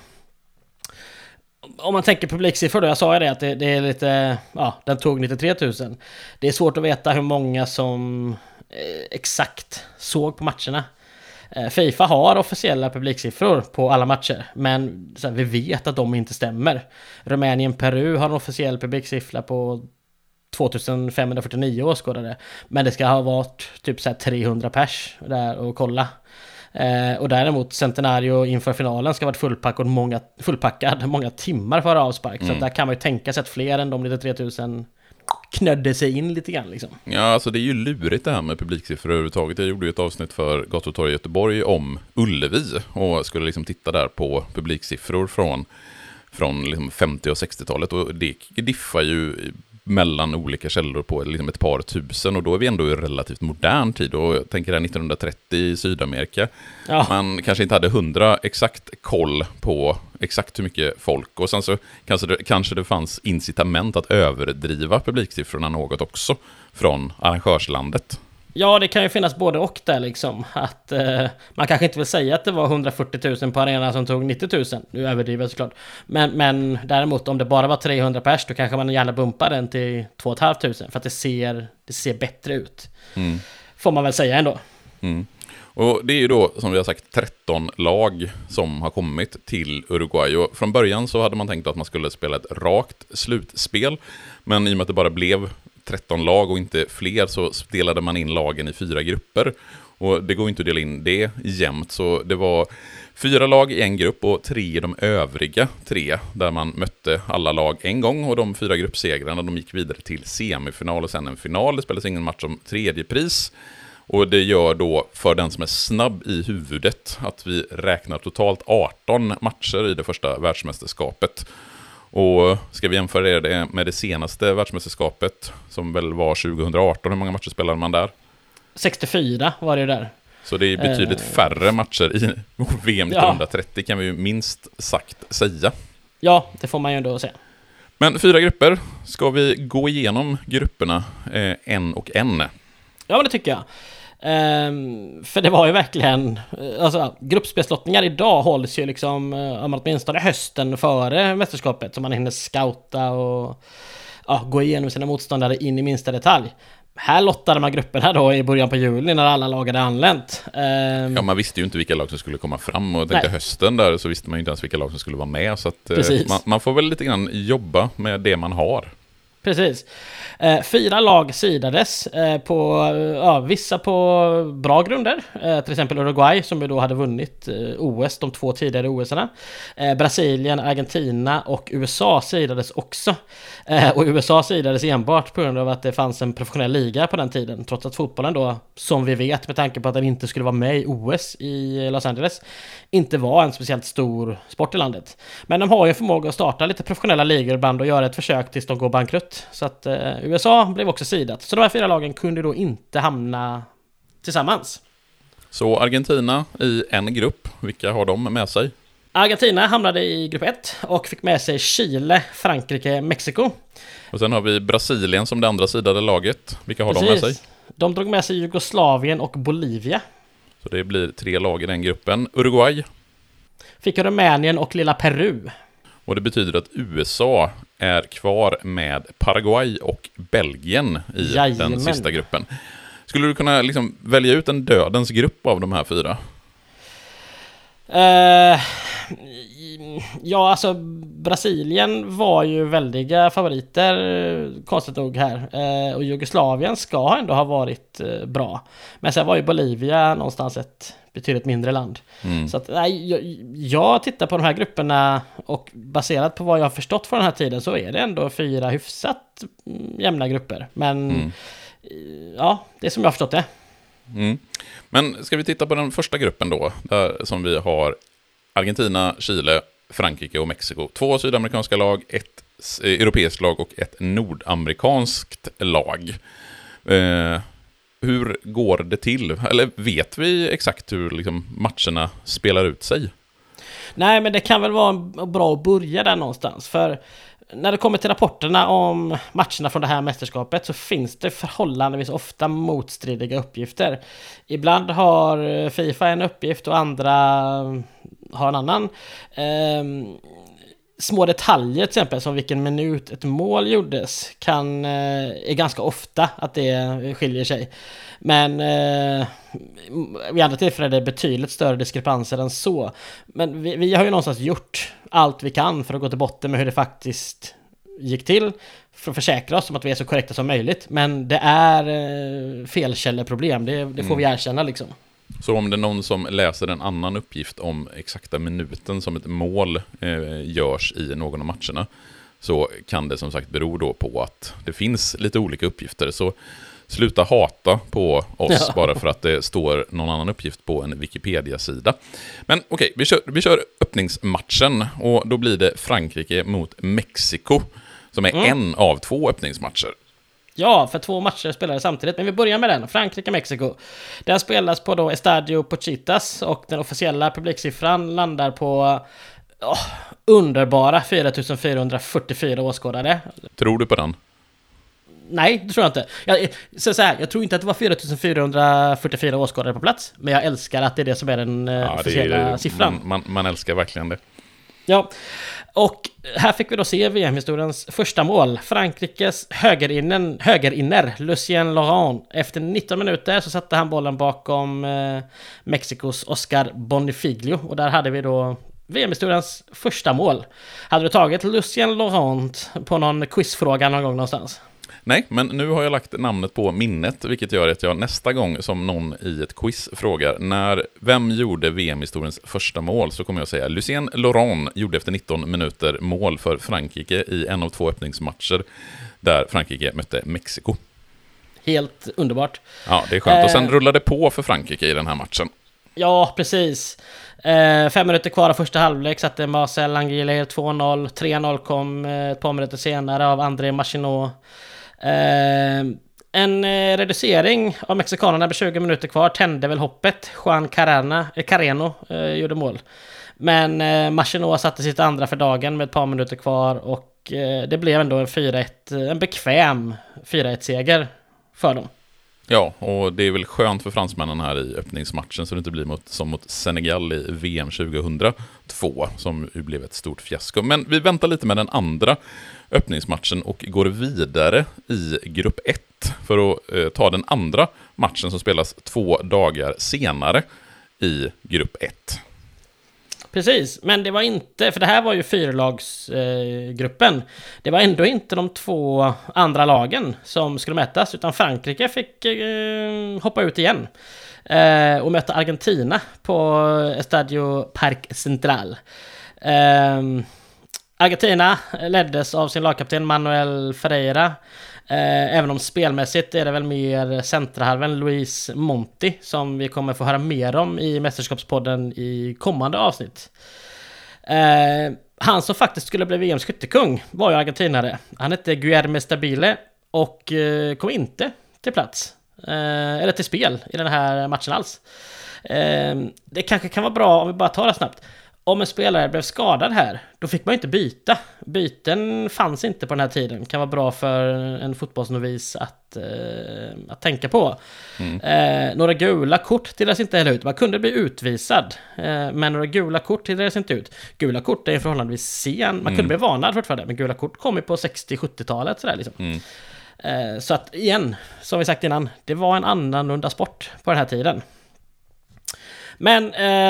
Om man tänker publiksiffror då, jag sa ju det att det är lite, ja, den tog 93 000. Det är svårt att veta hur många som exakt såg på matcherna. FIFA har officiella publiksiffror på alla matcher, men så här, vi vet att de inte stämmer. Rumänien-Peru har en officiell publiksiffra på 2549 åskådare, men det ska ha varit typ så här 300 pers där och kolla. Och däremot Centenario inför finalen ska ha varit fullpackad många timmar före avspark. Så att där kan man ju tänka sig att fler än de 93 000 knödde sig in lite grann liksom. Ja, alltså det är ju lurigt det här med publiksiffror överhuvudtaget. Jag gjorde ju ett avsnitt för Gatutorg i Göteborg om Ullevi och skulle liksom titta där på publiksiffror från liksom 50- och 60-talet, och det diffar ju mellan olika källor på liksom ett par tusen, och då är vi ändå i relativt modern tid, och jag tänker här 1930 i Sydamerika. Ja. Man kanske inte hade 100 exakt koll på exakt hur mycket folk, och sen så kanske det fanns incitament att överdriva publiksiffrorna något också från arrangörslandet. Ja, det kan ju finnas både och där liksom. Att man kanske inte vill säga att det var 140 000 på arenan som tog 90 000. Nu överdriver jag såklart. Men däremot om det bara var 300 pers, då kanske man gärna bumpar den till 2 500 för att det ser bättre ut. Får man väl säga ändå. Och det är ju då, som vi har sagt, 13 lag som har kommit till Uruguay. Och från början så hade man tänkt att man skulle spela ett rakt slutspel, men i och med att det bara blev 13 lag och inte fler så delade man in lagen i 4 grupper. Och det går inte att dela in det jämnt, så det var 4 lag i en grupp och 3 i de övriga 3, där man mötte alla lag en gång, och de 4 gruppsegrarna de gick vidare till semifinal och sen en final. Det spelas ingen match om tredje pris. Och det gör då, för den som är snabb i huvudet, att vi räknar totalt 18 matcher i det första världsmästerskapet. Och ska vi jämföra det med det senaste världsmästerskapet, som väl var 2018, hur många matcher spelade man där? 64 var det där. Så det är betydligt färre matcher i VM 1930 kan vi ju minst sagt säga. Ja, det får man ju ändå säga. Men 4 grupper, ska vi gå igenom grupperna en och en? Ja, men det tycker jag. För det var ju verkligen, alltså gruppspelslottningar idag hålls ju liksom åtminstone hösten före mästerskapet, så man hinner scouta och gå igenom sina motståndare in i minsta detalj. Här lottade man grupperna då i början på juli när alla lag hade anlänt. Ja, man visste ju inte vilka lag som skulle komma fram, och tänkte hösten där så visste man ju inte ens vilka lag som skulle vara med, så att man får väl lite grann jobba med det man har. Precis. 4 lag sidades på vissa på bra grunder. Till exempel Uruguay, som ju då hade vunnit OS, de 2 tidigare OS-erna. Brasilien, Argentina och USA sidades också. Och USA sidades enbart på grund av att det fanns en professionell liga på den tiden, trots att fotbollen då, som vi vet med tanke på att den inte skulle vara med i OS i Los Angeles, inte var en speciellt stor sport i landet. Men de har ju förmåga att starta lite professionella ligor ibland och göra ett försök tills de går bankrutt. Så att USA blev också sidat. Så de här 4 lagen kunde då inte hamna tillsammans. Så Argentina i en grupp, vilka har de med sig? Argentina hamnade i grupp 1 och fick med sig Chile, Frankrike, Mexiko. Och sen har vi Brasilien som det andra sidade laget. Vilka har de med sig? De drog med sig Jugoslavien och Bolivia. Så det blir 3 lag i den gruppen. Uruguay fick Rumänien och lilla Peru. Och det betyder att USA är kvar med Paraguay och Belgien i den sista gruppen. Skulle du kunna liksom välja ut en dödens grupp av de här 4? Ja, alltså Brasilien var ju väldiga favoriter, konstigt nog här. Och Jugoslavien ska ändå ha varit bra. Men sen var ju Bolivia någonstans ett betydligt mindre land. Så att, jag tittar på de här grupperna och baserat på vad jag har förstått från den här tiden så är det ändå 4 hyfsat jämna grupper. Men ja, det är som jag har förstått det. Men ska vi titta på den första gruppen då, där som vi har Argentina, Chile, Frankrike och Mexiko. 2 sydamerikanska lag, 1 europeiskt lag och 1 nordamerikanskt lag. Hur går det till? Eller vet vi exakt hur liksom matcherna spelar ut sig? Nej, men det kan väl vara bra att börja där någonstans. För när det kommer till rapporterna om matcherna från det här mästerskapet så finns det förhållandevis ofta motstridiga uppgifter. Ibland har FIFA en uppgift och andra har en annan. Små detaljer till exempel som vilken minut ett mål gjordes är ganska ofta att det skiljer sig. Men vid andra tillfällen är det betydligt större diskrepanser än så. Men vi har ju någonstans gjort allt vi kan för att gå till botten med hur det faktiskt gick till, för att försäkra oss om att vi är så korrekta som möjligt. Men det är felkälleproblem, det får vi erkänna liksom. Så om det är någon som läser en annan uppgift om exakta minuten som ett mål görs i någon av matcherna, så kan det som sagt bero då på att det finns lite olika uppgifter. Så sluta hata på oss bara för att det står någon annan uppgift på en Wikipedia-sida. Men okej, vi kör öppningsmatchen och då blir det Frankrike mot Mexiko som är en av 2 öppningsmatcher. Ja, för 2 matcher spelade samtidigt. Men vi börjar med den, Frankrike-Mexiko. Den spelas på då Estadio Porchitas och den officiella publiksiffran landar på underbara 4444 åskådare. Tror du på den? Nej, det tror jag inte. Jag tror inte att det var 4444 åskådare på plats. Men jag älskar att det är det som är den officiella siffran. Man älskar verkligen det. Ja, och här fick vi då se VM-historiens första mål. Frankrikes högerinner Lucien Laurent. Efter 19 minuter så satte han bollen bakom Mexikos Oscar Bonifiglio. Och där hade vi då VM-historiens första mål. Hade du tagit Lucien Laurent på någon quizfråga någon gång någonstans? Nej, men nu har jag lagt namnet på minnet, vilket gör att jag nästa gång som någon i ett quiz frågar vem gjorde VM-historiens första mål, så kommer jag säga Lucien Laurent gjorde efter 19 minuter mål för Frankrike i en av 2 öppningsmatcher där Frankrike mötte Mexiko. Helt underbart. Ja, det är skönt. Och sen rullade på för Frankrike i den här matchen. Ja, precis. 5 minuter kvar av första halvlek satte Marcel Anguille 2-0. 3-0 kom ett par minuter senare av André Machinot. En reducering av mexikanerna med 20 minuter kvar tände väl hoppet. Juan Carreno gjorde mål. Men Machinot satte sitt andra för dagen med ett par minuter kvar och det blev ändå en bekväm 4-1-seger för dem. Ja, och det är väl skönt för fransmännen här i öppningsmatchen så det inte blir som mot Senegal i VM 2002 som ju blev ett stort fiasko. Men vi väntar lite med den andra öppningsmatchen och går vidare i grupp 1 för att ta den andra matchen som spelas 2 dagar senare i grupp 1. Precis, men det var inte, för det här var ju 4-lagsgruppen. Det var ändå inte de 2 andra lagen som skulle mätas, utan Frankrike fick hoppa ut igen och möta Argentina på Estadio Parc Central. Argentina leddes av sin lagkapten Manuel Ferreira. Även om spelmässigt är det väl mer centrahalven Luis Monti som vi kommer få höra mer om i mästerskapspodden i kommande avsnitt. Han som faktiskt skulle bli VMs skyttekung var ju argentinare. Han hette Guilherme Stabile och kom inte till plats eller till spel i den här matchen alls. Det kanske kan vara bra om vi bara tar det snabbt. Om en spelare blev skadad här, då fick man ju inte byta. Byten fanns inte på den här tiden. Kan vara bra för en fotbollsnovis att tänka på. Några gula kort tilldelas inte heller ut. Man kunde bli utvisad, men några gula kort tilldelas inte ut. Gula kort är förhållandevis sen. Man kunde bli varnad fortfarande, men gula kort kom ju på 60-70-talet. Sådär, liksom. Så att igen, som vi sagt innan, det var en annorlunda sport på den här tiden. Men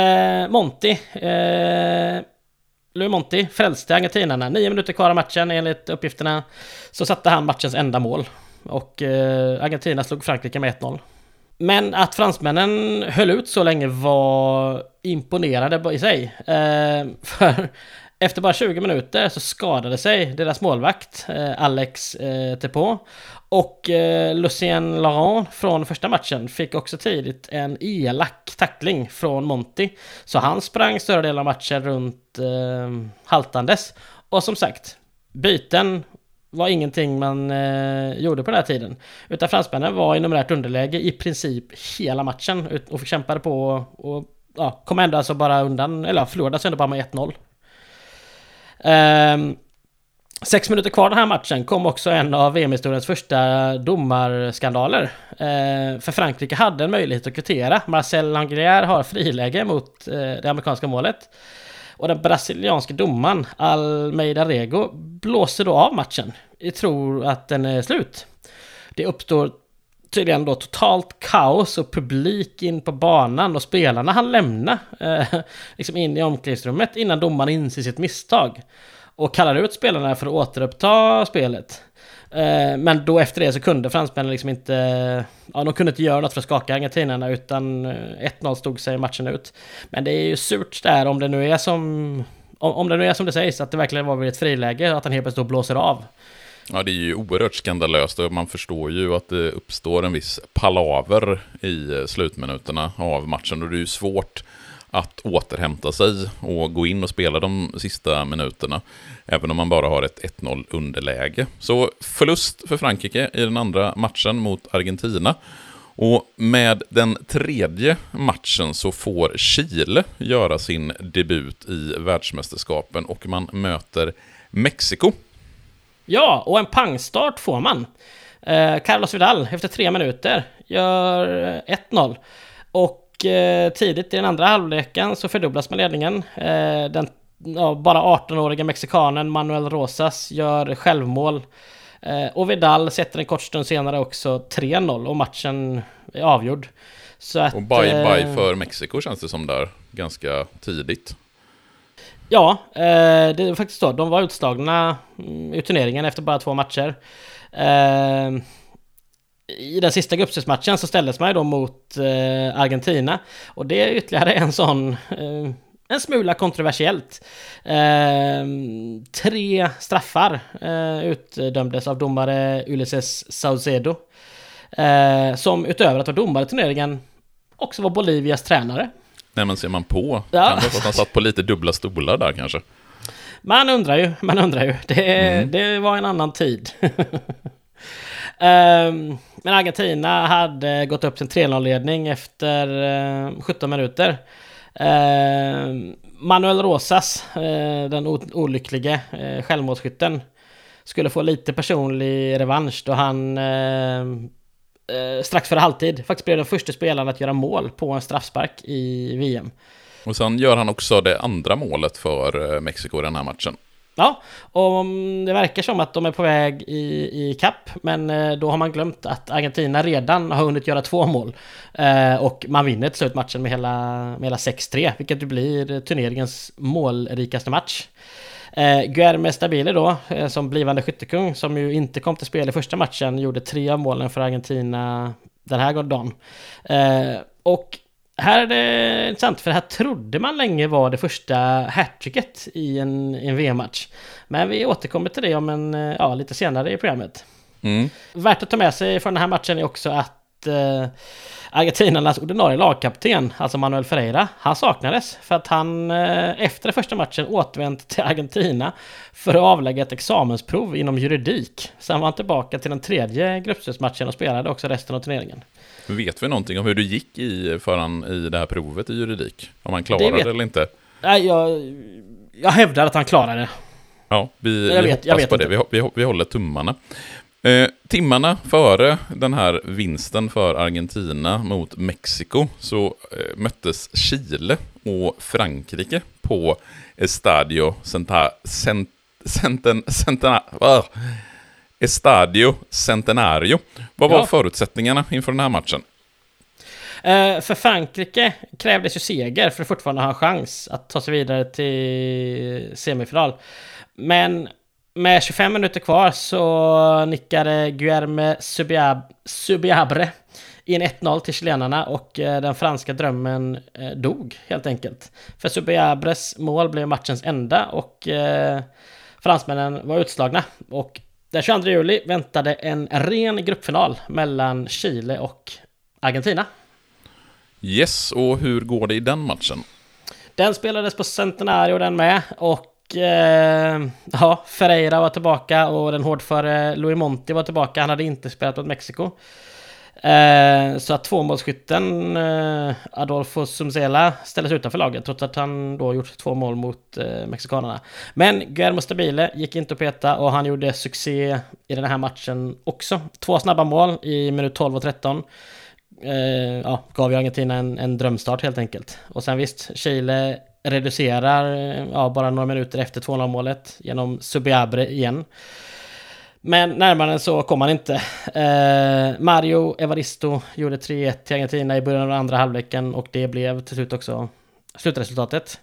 Louis Monti frälste argentinarna. 9 minuter kvar av matchen enligt uppgifterna. Så satte han matchens enda mål. Och Argentina slog Frankrike med 1-0. Men att fransmännen höll ut så länge var imponerande i sig. För efter bara 20 minuter så skadade sig deras målvakt Alex Tepot. Och Lucien Laurent från första matchen fick också tidigt en elak tackling från Monti. Så han sprang större del av matchen runt haltandes. Och som sagt, byten var ingenting man gjorde på den här tiden. Utan fransmännen var i numerärt underläge i princip hela matchen och kämpade på och kom ändå alltså bara undan, eller förlorade sig ändå bara med 1-0. 6 minuter kvar den här matchen kom också en av VM-historiens första domarskandaler. För Frankrike hade en möjlighet att kvittera. Marcel Langrière har friläge mot det amerikanska målet. Och den brasilianska domaren Almeida Rego blåser då av matchen. Jag tror att den är slut. Det uppstår tydligen då totalt kaos och publik in på banan och spelarna han lämna liksom in i omklädningsrummet innan domaren inser sitt misstag och kallar ut spelarna för att återuppta spelet. Men då efter det så kunde fransmännen liksom inte, de kunde inte göra något för att skaka argentinarna, utan 1-0 stod sig matchen ut. Men det är ju surt där om det nu är som det sägs, att det verkligen var vid ett friläge att han helt plötsligt blåser av. Ja, det är ju oerhört skandalöst och man förstår ju att det uppstår en viss palaver i slutminuterna av matchen, och det är ju svårt att återhämta sig och gå in och spela de sista minuterna, även om man bara har ett 1-0 underläge. Så förlust för Frankrike i den andra matchen mot Argentina. Och med den tredje matchen så får Chile göra sin debut i världsmästerskapen och man möter Mexiko. Ja, och en pangstart får man. Carlos Vidal efter 3 minuter gör 1-0. Och tidigt i den andra halvleken så fördubblas man ledningen. Den bara 18-åriga mexikanen Manuel Rosas gör självmål. Och Vidal sätter en kort stund senare också 3-0 och matchen är avgjord. Så att, och bye för Mexiko känns det som där ganska tidigt. Ja, det är faktiskt så. De var utslagna i turneringen efter bara 2 matcher. I den sista gruppspelsmatchen så ställdes man ju då mot Argentina. Och det är ytterligare en sån en smula kontroversiellt. 3 straffar utdömdes av domare Ulises Saucedo. Som utöver att vara domare i turneringen också var Bolivias tränare. Nej, men ser man på. Ja. Kan det vara att han satt på lite dubbla stolar där kanske? Man undrar ju. Det var en annan tid. Men Argentina hade gått upp till en 3-0-ledning efter 17 minuter. Manuel Rosas, den olyckliga självmålsskytten, skulle få lite personlig revansch då han strax före halvtid faktiskt blev den första spelaren att göra mål på en straffspark i VM. Och sen gör han också det andra målet för Mexiko i den här matchen. Ja, och det verkar som att de är på väg i kapp, men då har man glömt att Argentina redan har hunnit göra 2 mål. Och man vinner till slut matchen med hela 6-3, vilket blir turneringens målrikaste match. Guilherme Stabile då, som blivande skyttekung, som ju inte kom till spel i första matchen, gjorde 3 av målen för Argentina den här dagen. Och här är det intressant, för här trodde man länge var det första hattricket i en VM-match. Men vi återkommer till det om lite senare i programmet. Värt att ta med sig från den här matchen är också att Argentinarnas ordinarie lagkapten, alltså Manuel Ferreira, han saknades för att han efter den första matchen återvänt till Argentina för att avlägga ett examensprov inom juridik. Sen var han tillbaka till den 3:e gruppspelsmatchen och spelade också resten av turneringen. Vet vi någonting om hur du gick i det här provet i juridik? Om han klarade det eller inte? Nej, jag hävdar att han klarade det. Ja, vi hoppas på det. Vi håller tummarna. Timmarna före den här vinsten för Argentina mot Mexiko så möttes Chile och Frankrike på Estadio Estadio Centenario. Vad var förutsättningarna inför den här matchen? För Frankrike krävdes ju seger för att fortfarande ha en chans att ta sig vidare till semifinal. Men med 25 minuter kvar så nickade Guilherme Subiabre in 1-0 till chilenarna och den franska drömmen dog helt enkelt. För Subiabres mål blev matchens enda och fransmännen var utslagna. Och den 22 juli väntade en ren gruppfinal mellan Chile och Argentina. Yes, och hur går det i den matchen? Den spelades på Centenario den med och Ferreira var tillbaka och den hårdföre Louis Monti var tillbaka. Han hade inte spelat mot Mexiko. Så att tvåmålsskytten Adolfo Zumzela ställdes utanför laget trots att han då gjort 2 mål mot mexikanerna. Men Guillermo Stabile gick inte att peta och han gjorde succé i den här matchen också. 2 snabba mål i minut 12 och 13. Gav ju Argentina en drömstart helt enkelt. Och sen visst, Chile reducerar bara några minuter efter 2-0 målet genom Subiabre igen. Men närmare så kom han inte. Mario Evaristo gjorde 3-1 till Argentina i början av den andra halvleken och det blev till slut också slutresultatet.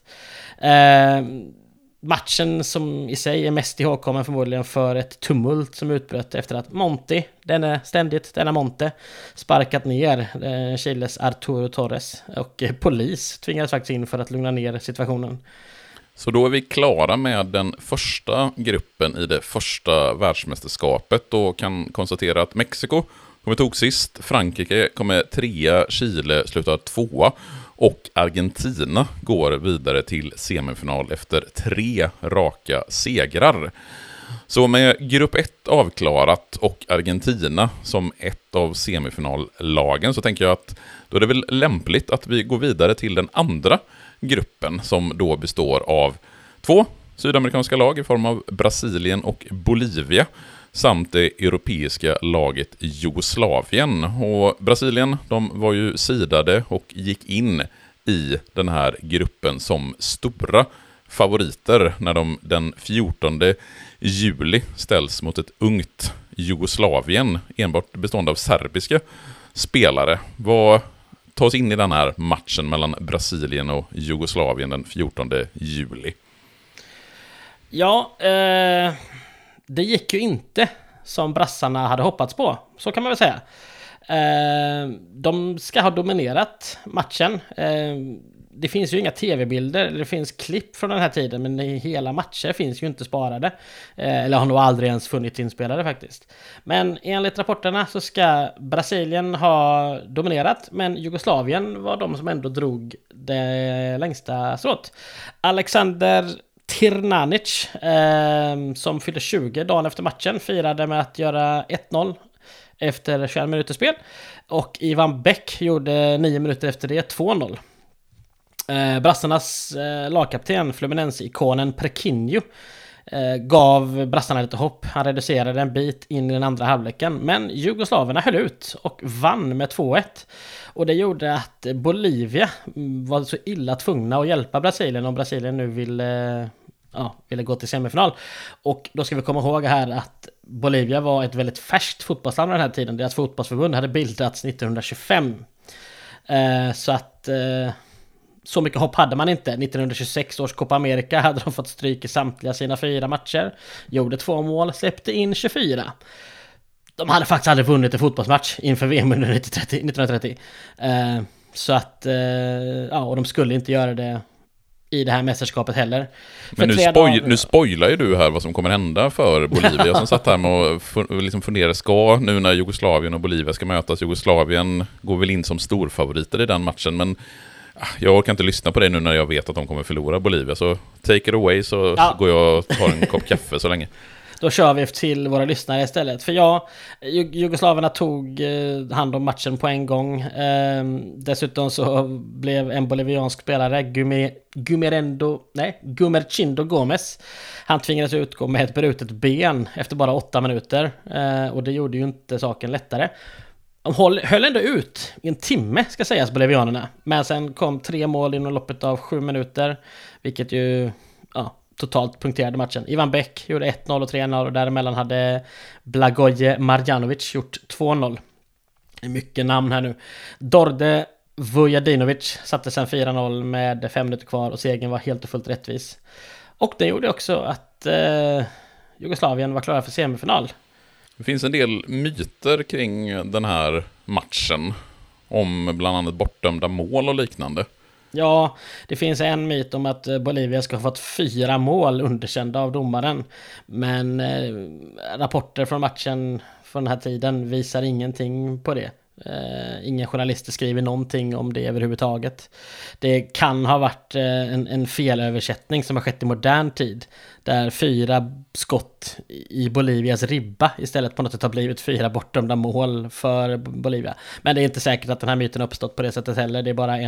Matchen som i sig är mest ihågkommen förmodligen för ett tumult som utbröt efter att Monti, denna Monte, sparkat ner Chiles Arturo Torres och polis tvingades faktiskt in för att lugna ner situationen. Så då är vi klara med den första gruppen i det första världsmästerskapet och kan konstatera att Mexiko kommer tog sist, Frankrike kommer 3, Chile slutar 2 och Argentina går vidare till semifinal efter 3 raka segrar. Så med grupp 1 avklarat och Argentina som ett av semifinallagen så tänker jag att då är det väl lämpligt att vi går vidare till den andra gruppen som då består av 2 sydamerikanska lag i form av Brasilien och Bolivia samt det europeiska laget Jugoslavien. Och Brasilien, de var ju sidade och gick in i den här gruppen som stora favoriter när de den 14 juli ställs mot ett ungt Jugoslavien enbart bestående av serbiska spelare. Vad tas in i den här matchen mellan Brasilien och Jugoslavien den 14 juli? Ja, det gick ju inte som brassarna hade hoppats på. Så kan man väl säga. De ska ha dominerat matchen. Det finns ju inga tv-bilder, det finns klipp från den här tiden, men hela matcher finns ju inte sparade. Eller har nog aldrig ens funnits inspelade faktiskt. Men enligt rapporterna så ska Brasilien ha dominerat, men Jugoslavien var de som ändå drog det längsta strået. Alexander Tirnanic, som fyllde 20 dagen efter matchen, firade med att göra 1-0 efter 21 minuter spel. Och Ivan Beck gjorde 9 minuter efter det 2-0. Brassarnas lagkapten, Fluminense-ikonen Prequinho, gav brassarna lite hopp. Han reducerade en bit in i den andra halvleken, men jugoslaverna höll ut och vann med 2-1. Och det gjorde att Bolivia var så illa tvungna att hjälpa Brasilien om Brasilien nu ville gå till semifinal. Och då ska vi komma ihåg här att Bolivia var ett väldigt färskt fotbollsland den här tiden. Deras fotbollsförbund hade bildats 1925. Så att så mycket hopp hade man inte. 1926 års Copa America hade de fått stryk i samtliga sina 4 matcher. Gjorde 2 mål, släppte in 24. De hade faktiskt aldrig vunnit en fotbollsmatch inför VM under 1930. Så att, och de skulle inte göra det i det här mästerskapet heller. Men nu spoilar ju du här vad som kommer hända för Bolivia som satt här med och liksom funderar, nu när Jugoslavien och Bolivia ska mötas, Jugoslavien går väl in som storfavoriter i den matchen, men jag orkar inte lyssna på det nu när jag vet att de kommer förlora Bolivia, så take it away så går jag och tar en kopp kaffe så länge. Då kör vi till våra lyssnare istället. För jugoslaverna tog hand om matchen på en gång. Dessutom så blev en boliviansk spelare, Gumercindo Gomes, han tvingades utgå med ett brutet ben efter bara 8 minuter. Och det gjorde ju inte saken lättare. De höll ändå ut i en timme, ska sägas, bolivianerna. Men sen kom 3 mål inom loppet av 7 minuter, vilket ju totalt punkterade matchen. Ivan Beck gjorde 1-0 och 3-0 och däremellan hade Blagoje Marjanovic gjort 2-0. Det är mycket namn här nu. Dorde Vujadinovic satte sen 4-0 med 5 minuter kvar och segern var helt och fullt rättvis. Och det gjorde också att Jugoslavien var klara för semifinal. Det finns en del myter kring den här matchen om bland annat bortdömda mål och liknande. Ja, det finns en myt om att Bolivia ska ha fått 4 mål underkända av domaren. Men rapporter från matchen från den här tiden visar ingenting på det. Ingen journalister skriver någonting om det överhuvudtaget. Det kan ha varit en felöversättning som har skett i modern tid, där 4 skott i Bolivias ribba istället på något sätt har blivit 4 bortdömda mål för Bolivia. Men det är inte säkert att den här myten har uppstått på det sättet heller. Det är bara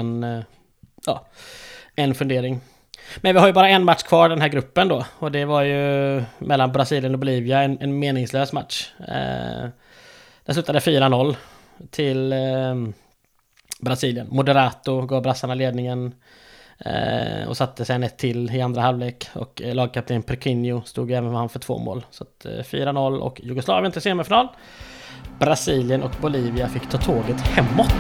en fundering. Men vi har ju bara en match kvar den här gruppen då, och det var ju mellan Brasilien och Bolivia, en meningslös match. Den slutade 4-0 till Brasilien. Moderato gav brassarna ledningen och satte sen ett till i andra halvlek, och lagkapten Perquinho stod även med han för 2 mål. Så att 4-0 och Jugoslavien till semifinal. Brasilien och Bolivia fick ta tåget hemåt.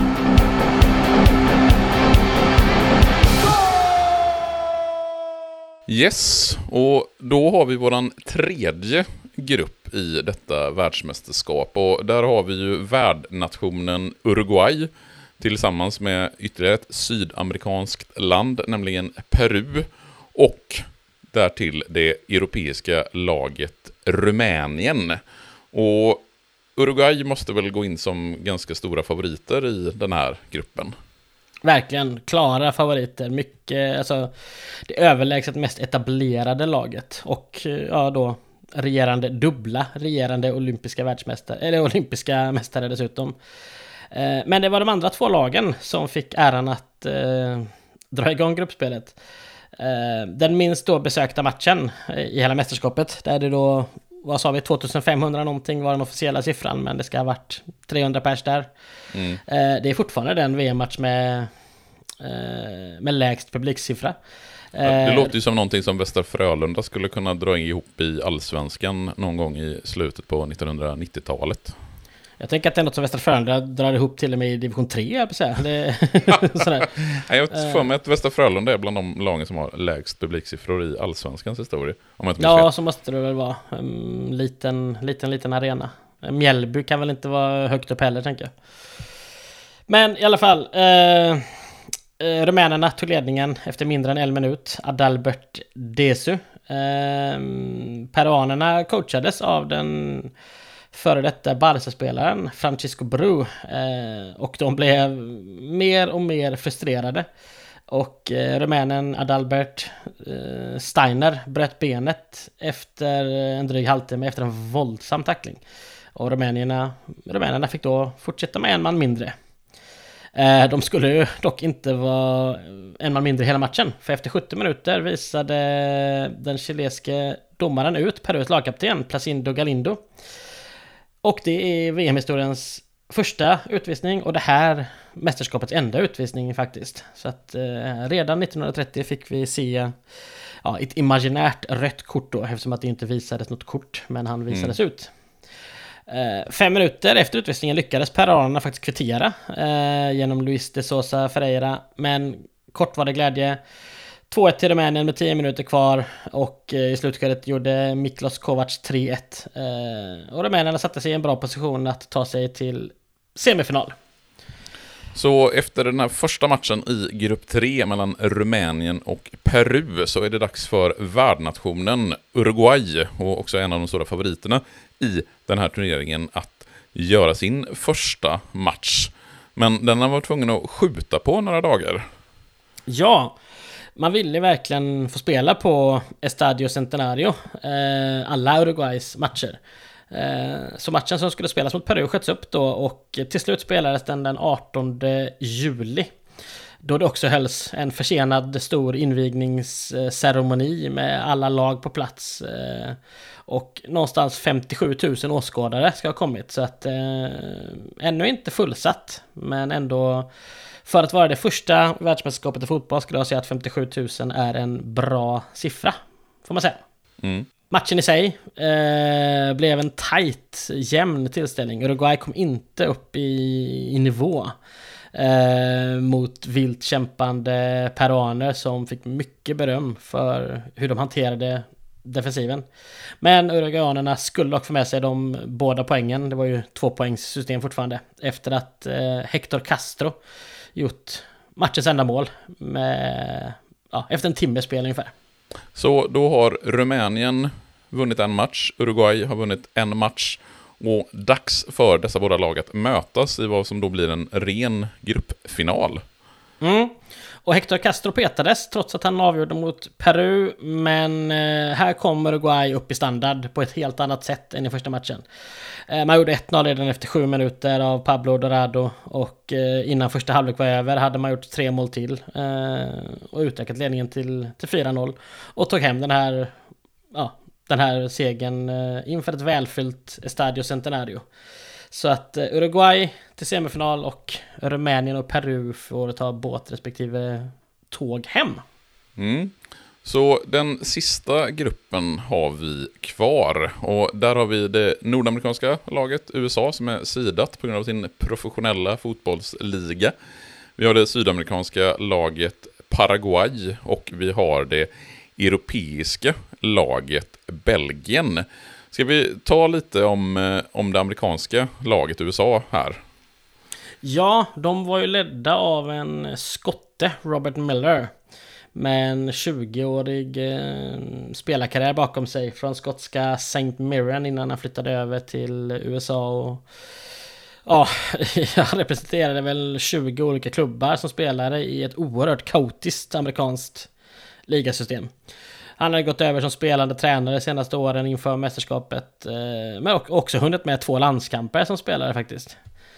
Yes, och då har vi våran tredje grupp i detta världsmästerskap, och där har vi ju värdnationen Uruguay tillsammans med ytterligare ett sydamerikanskt land, nämligen Peru, och därtill det europeiska laget Rumänien. Och Uruguay måste väl gå in som ganska stora favoriter i den här gruppen. Verkligen klara favoriter, mycket, alltså det överlägset mest etablerade laget, och ja då regerande olympiska världsmästare, eller olympiska mästare dessutom. Men det var de andra 2 lagen som fick äran att dra igång gruppspelet. Den minst då besökta matchen i hela mästerskapet, där det då, vad sa vi, 2500 någonting var den officiella siffran, men det ska ha varit 300 pers där. Det är fortfarande den VM-match med lägst publiksiffra. Det låter ju som någonting som Västra Frölunda skulle kunna dra ihop i Allsvenskan någon gång i slutet på 1990-talet. Jag tänker att det är något som Västra Frölunda drar ihop till och med i division 3, jag vill säga. Sådär. Jag får med att Västra Frölunda är bland de lagen som har lägst publiksiffror i Allsvenskans historia. Om jag inte ja, fel. Så måste det väl vara. Liten arena. Mjällby kan väl inte vara högt upp heller, tänker jag. Men i alla fall, rumänerna tog ledningen efter mindre än 1 minut. Adalbert Desu. Peruanerna coachades av den före detta Barca-spelaren Francisco Bru, och de blev mer och mer frustrerade, och rumänen Adalbert Steiner bröt benet efter en dryg halvtimme efter en våldsam tackling, och rumänerna fick då fortsätta med en man mindre. De skulle ju dock inte vara en man mindre hela matchen, för efter 70 minuter visade den chilenske domaren ut Perus lagkapten Placindo Galindo. Och det är VM-historiens första utvisning, och det här mästerskapets enda utvisning faktiskt. Så att redan 1930 fick vi se ett imaginärt rött kort då, eftersom att det inte visades något kort, men han visades ut. 5 minuter efter utvisningen lyckades peruanerna faktiskt kvittera genom Luis de Sousa Ferreira, men kort var det glädje. 2-1 till Rumänien med 10 minuter kvar, och i slutskedet gjorde Miklos Kovac 3-1. Och rumänerna satte sig i en bra position att ta sig till semifinal. Så efter den här första matchen i grupp 3 mellan Rumänien och Peru så är det dags för värdnationen Uruguay, och också en av de stora favoriterna i den här turneringen, att göra sin första match. Men den har varit tvungen att skjuta på några dagar. Ja, man ville verkligen få spela på Estadio Centenario, alla Uruguays matcher. Så matchen som skulle spelas mot Peru sköts upp då, och till slut spelades den 18 juli. Då det också hölls en försenad stor invigningsceremoni med alla lag på plats. Och någonstans 57 000 åskådare ska ha kommit. Så att ännu inte fullsatt, men ändå för att vara det första världsmästerskapet i fotboll skulle jag säga att 57 000 är en bra siffra. får man säga. Mm. Matchen i sig blev en tight, jämn tillställning. Uruguay kom inte upp i nivå mot vilt kämpande peruaner som fick mycket beröm för hur de hanterade defensiven. Men uruguanerna skulle också få med sig de båda poängen. Det var ju 2-poängssystem fortfarande. Efter att Héctor Castro gjort matchens enda mål med, efter en timmes spel ungefär. Så då har Rumänien vunnit en match, Uruguay har vunnit en match, och dags för dessa båda lag att mötas i vad som då blir en ren gruppfinal. Och Héctor Castro petades trots att han avgjorde mot Peru, men här kommer Uruguay upp i standard på ett helt annat sätt än i första matchen. Man gjorde 1-0 redan efter 7 minuter av Pablo Dorado, och innan första halvlek var över hade man gjort 3 mål till och utökat ledningen till 4-0 och tog hem den här segern inför ett välfyllt Estadio Centenario. Så att Uruguay till semifinal och Rumänien och Peru får ta båt respektive tåg hem. Så den sista gruppen har vi kvar, och där har vi det nordamerikanska laget USA som är sidat på grund av sin professionella fotbollsliga. Vi har det sydamerikanska laget Paraguay och vi har det europeiska laget Belgien. Ska vi ta lite om det amerikanska laget USA här? Ja, de var ju ledda av en skotte, Robert Miller, med en 20-årig spelarkarriär bakom sig från skotska St. Mirren innan han flyttade över till USA. Och jag representerade väl 20 olika klubbar som spelare i ett oerhört kaotiskt amerikanskt ligasystem. Han har gått över som spelande tränare de senaste åren inför mästerskapet, men också hunnit med 2 landskamper som spelare faktiskt.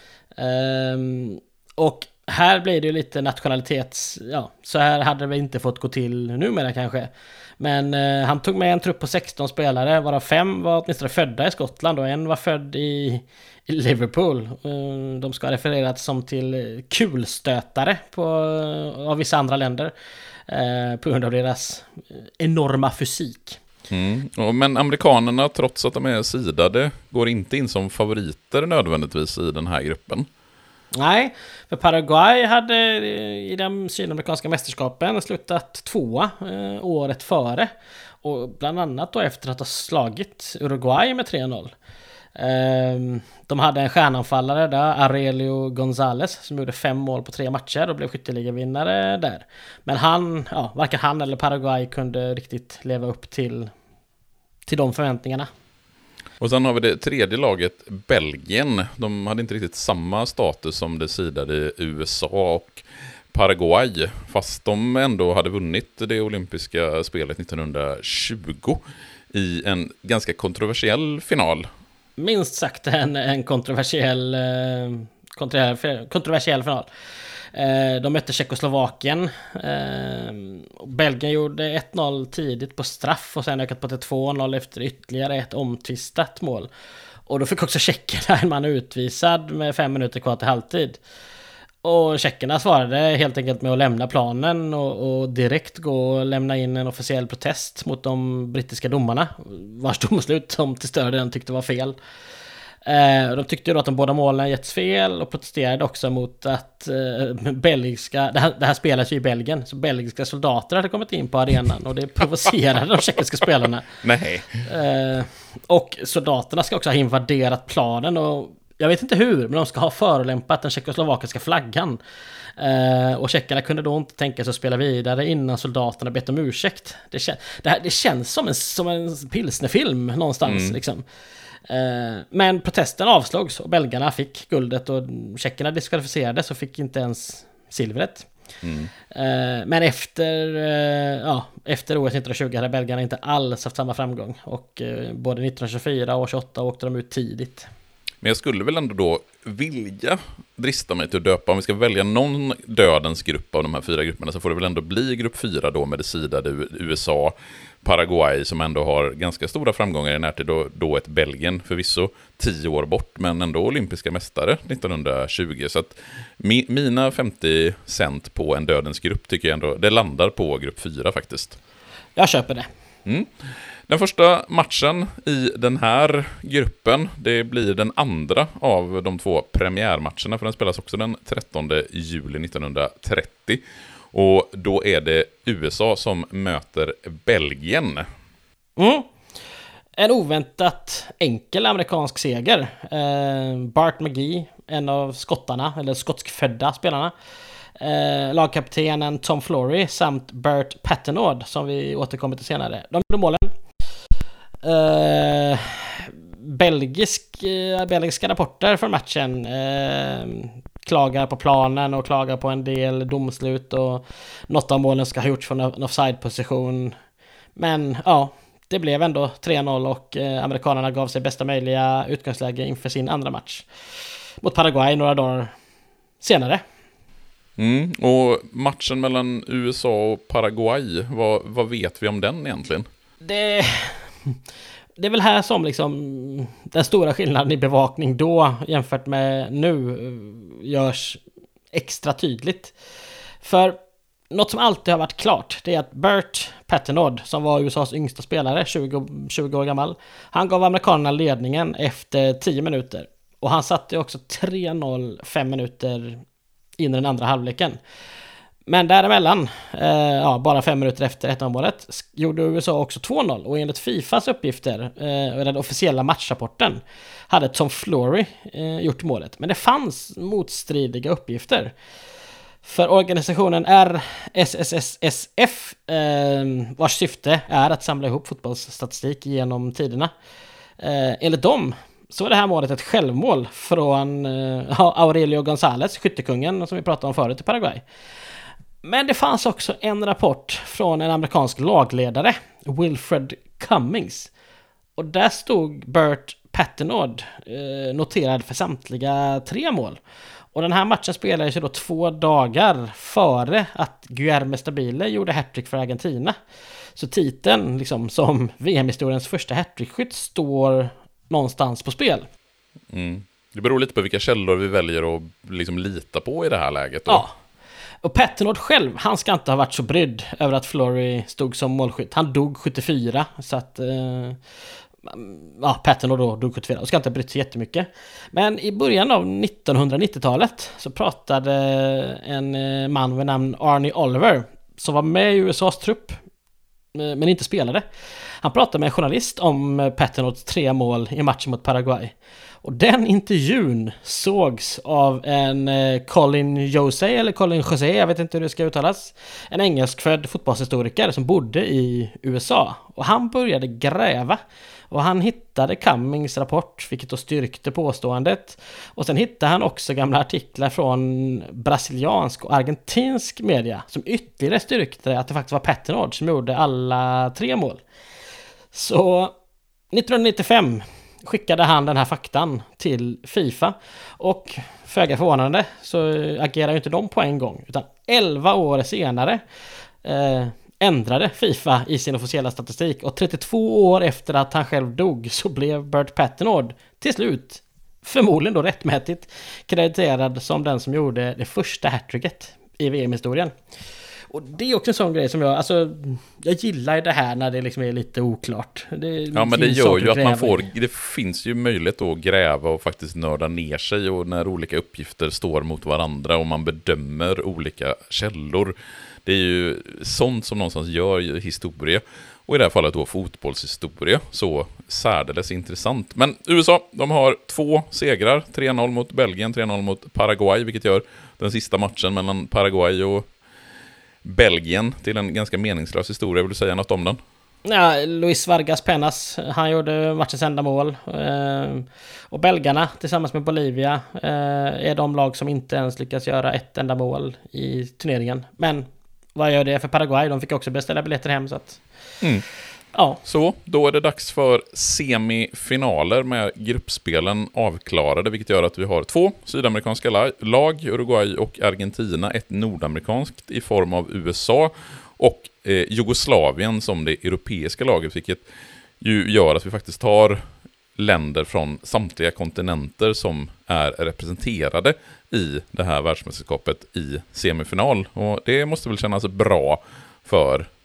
Och här blir det ju lite nationalitets... så här hade det inte fått gå till numera kanske. Men han tog med en trupp på 16 spelare, varav 5 var åtminstone födda i Skottland och en var född i Liverpool. De ska ha refererats som till kulstötare av vissa andra länder på grund av deras enorma fysik. Men amerikanerna, trots att de är sidade, går inte in som favoriter nödvändigtvis i den här gruppen. Nej, för Paraguay hade i de sydamerikanska mästerskapen slutat 2 året före. Och bland annat då efter att ha slagit Uruguay med 3-0. De hade en stjärnanfallare där, Aurelio González, som gjorde 5 mål på 3 matcher och blev skytteligavinnare där. Men varken han eller Paraguay kunde riktigt leva upp till de förväntningarna. Och sen har vi det tredje laget, Belgien. De hade inte riktigt samma status som det sidade USA och Paraguay, fast de ändå hade vunnit det olympiska spelet 1920 i en ganska kontroversiell final. Minst sagt en kontroversiell final. De mötte Tjeckoslovakien. Belgien gjorde 1-0 tidigt på straff och sen ökat på till 2-0 efter ytterligare ett omtvistat mål. Och då fick också tjeckerna en man utvisad med 5 minuter kvar till halvtid. Och tjeckerna svarade helt enkelt med att lämna planen och direkt gå och lämna in en officiell protest mot de brittiska domarna, vars domslut som till större delen tyckte var fel. De tyckte ju då att de båda målen getts fel och protesterade också mot att det här spelas ju i Belgien, så belgiska soldater hade kommit in på arenan och det provocerade de tjeckiska spelarna. Nej. Och soldaterna ska också ha invaderat planen och jag vet inte hur, men de ska ha förolämpat den tjeckoslovakiska flaggan. Och tjeckerna kunde då inte tänka sig att spela vidare innan soldaterna bett om ursäkt. Det känns som en pilsnerfilm någonstans liksom. Men protesten avslogs och belgarna fick guldet och tjeckerna diskvalificerades och fick inte ens silvret. Men efter OS 1920 hade belgarna inte alls haft samma framgång och både 1924 och 1928 åkte de ut tidigt. Men jag skulle väl ändå då vilja drista mig till att döpa, om vi ska välja någon dödens grupp av de här 4 grupperna, så får det väl ändå bli grupp 4 då med det sidade USA, Paraguay som ändå har ganska stora framgångar i närtid, då ett Belgien förvisso 10 år bort men ändå olympiska mästare 1920, så att mina 50 cent på en dödens grupp tycker jag ändå det landar på grupp 4 faktiskt. Jag köper det. Den första matchen i den här gruppen, det blir den andra av de 2 premiärmatcherna, för den spelas också den 13 juli 1930. Och då är det USA som möter Belgien. En oväntat enkel amerikansk seger. Bart McGee, en av skottarna, eller skotskfödda spelarna. Lagkaptenen Tom Flory samt Bert Patenaude, som vi återkommer till senare. De gjorde målen. Belgiska rapporter för matchen klagar på planen och klagar på en del domslut, och något av målen ska ha gjorts från en offside-position. Men ja, det blev ändå 3-0 och amerikanerna gav sig bästa möjliga utgångsläge inför sin andra match mot Paraguay några dagar senare. Och matchen mellan USA och Paraguay, vad vet vi om den egentligen? Det är väl här som liksom den stora skillnaden i bevakning då jämfört med nu görs extra tydligt. För något som alltid har varit klart, det är att Bert Patenaude, som var USAs yngsta spelare, 20 år gammal, han gav amerikanerna ledningen efter 10 minuter. Och han satte också 3-0 5 minuter in i den andra halvleken. Men däremellan, bara 5 minuter efter 1-målet, gjorde USA också 2-0. Och enligt FIFAs uppgifter, den officiella matchrapporten, hade Tom Flory gjort målet. Men det fanns motstridiga uppgifter. För organisationen RSSSF, vars syfte är att samla ihop fotbollsstatistik genom tiderna. Enligt dem så är det här målet ett självmål från Aurelio González, skyttekungen som vi pratade om förut i Paraguay. Men det fanns också en rapport från en amerikansk lagledare, Wilfred Cummings. Och där stod Bert Patenaude noterad för samtliga 3 mål. Och den här matchen spelades ju då 2 dagar före att Guillermo Stabile gjorde hattrick för Argentina. Så titeln liksom, som VM-historiens första hattrickskytt står någonstans på spel. Det beror lite på vilka källor vi väljer att liksom lita på i det här läget då. Ja. Och Patenaude själv, han ska inte ha varit så brydd över att Flory stod som målskytt. Han dog 74, så att Patenaude då dog 74 och ska inte ha brytt sig jättemycket. Men i början av 1990-talet så pratade en man med namn Arnie Oliver, som var med i USAs trupp men inte spelade. Han pratade med en journalist om Patenaudes 3 mål i matchen mot Paraguay. Och den intervjun sågs av en Colin Jose, jag vet inte hur det ska uttalas. En engelskfödd fotbollshistoriker som bodde i USA. Och han började gräva. Och han hittade Cummings rapport, vilket då styrkte påståendet. Och sen hittade han också gamla artiklar från brasiliansk och argentinsk media som ytterligare styrkte att det faktiskt var Patenaude som gjorde alla 3 mål. Så 1995 skickade han den här faktan till FIFA, och föga förvånande så agerar ju inte de på en gång, utan 11 år senare ändrade FIFA i sin officiella statistik, och 32 år efter att han själv dog så blev Bert Patenaude till slut, förmodligen då rättmätigt, krediterad som den som gjorde det första hattricket i VM-historien. Och det är också en sån grej som jag gillar det här när det liksom är lite oklart. Men det gör ju att det finns ju möjlighet att gräva och faktiskt nörda ner sig, och när olika uppgifter står mot varandra och man bedömer olika källor. Det är ju sånt som någonstans gör historia, och i det här fallet då fotbollshistoria, så särdeles intressant. Men USA, de har 2 segrar, 3-0 mot Belgien, 3-0 mot Paraguay, vilket gör den sista matchen mellan Paraguay och Belgien till en ganska meningslös historia. Vill du säga något om den? Ja, Luis Vargas Penas, han gjorde matchens enda mål. Och belgarna tillsammans med Bolivia är de lag som inte ens lyckas göra ett enda mål i turneringen. Men vad gör det för Paraguay? De fick också beställa biljetter hem, så att... Ja. Så, då är det dags för semifinaler med gruppspelen avklarade, vilket gör att vi har 2 sydamerikanska lag, Uruguay och Argentina, ett nordamerikanskt i form av USA och Jugoslavien som det europeiska laget, vilket ju gör att vi faktiskt har länder från samtliga kontinenter som är representerade i det här världsmästerskapet i semifinal, och det måste väl kännas bra för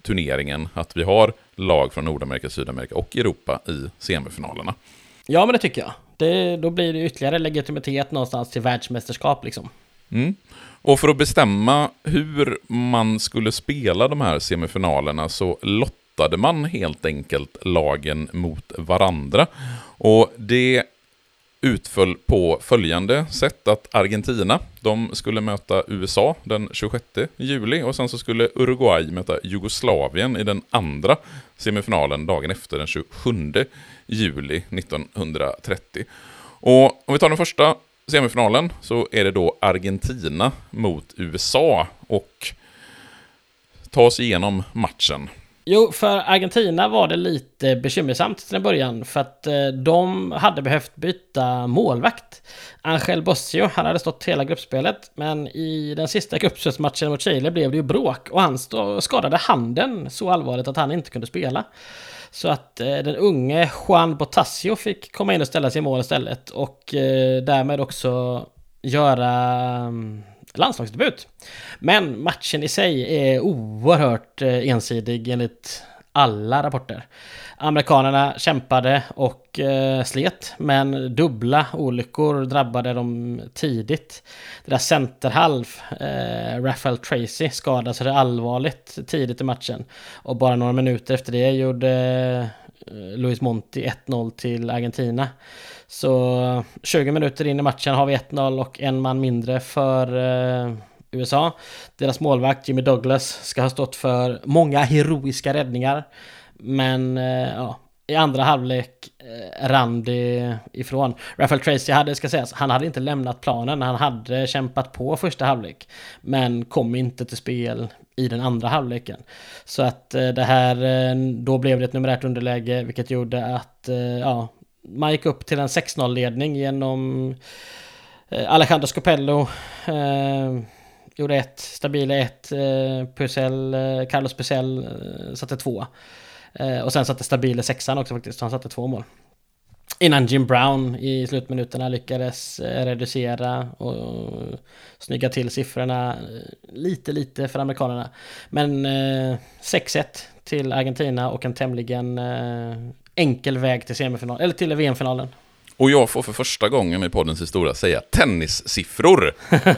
turneringen att vi har lag från Nordamerika, Sydamerika och Europa i semifinalerna. Ja, men det tycker jag. Då blir det ytterligare legitimitet någonstans till världsmästerskap liksom. Och för att bestämma hur man skulle spela de här semifinalerna så lottade man helt enkelt lagen mot varandra. Och det utföll på följande sätt att Argentina, de skulle möta USA den 26 juli och sen så skulle Uruguay möta Jugoslavien i den andra semifinalen dagen efter den 27 juli 1930. Och om vi tar den första semifinalen så är det då Argentina mot USA och ta oss igenom matchen. Jo, för Argentina var det lite bekymmersamt till en början för att de hade behövt byta målvakt. Angel Bossio, han hade stått hela gruppspelet, men i den sista gruppspelsmatchen mot Chile blev det ju bråk och han skadade handen så allvarligt att han inte kunde spela. Så att den unge Juan Botasio fick komma in och ställa sig i mål istället och därmed också göra landslagsdebut. Men matchen i sig är oerhört ensidig enligt alla rapporter. Amerikanerna kämpade och slet, men dubbla olyckor drabbade dem tidigt. Deras centerhalv, Rafael Tracy, skadade allvarligt tidigt i matchen. Och bara några minuter efter det gjorde Luis Monti 1-0 till Argentina. Så 20 minuter in i matchen har vi 1-0 och en man mindre för USA. Deras målvakt Jimmy Douglas ska ha stått för många heroiska räddningar. Men i andra halvlek rann det ifrån. Rafael Tracy han hade inte lämnat planen. Han hade kämpat på första halvlek, men kom inte till spel i den andra halvleken. Så att då blev det ett numerärt underläge, vilket gjorde att man gick upp till en 6-0-ledning genom Alejandro Scopello gjorde stabila 1, Carlos Pucell satte 2. Och sen satte stabila 6an också faktiskt, han satte 2 mål. Innan Jim Brown i slutminuterna lyckades reducera och snygga till siffrorna lite för amerikanerna. Men 6-1 till Argentina och en tämligen enkel väg till semifinal eller till VM-finalen. Och jag får för första gången i poddens historia säga tennissiffror.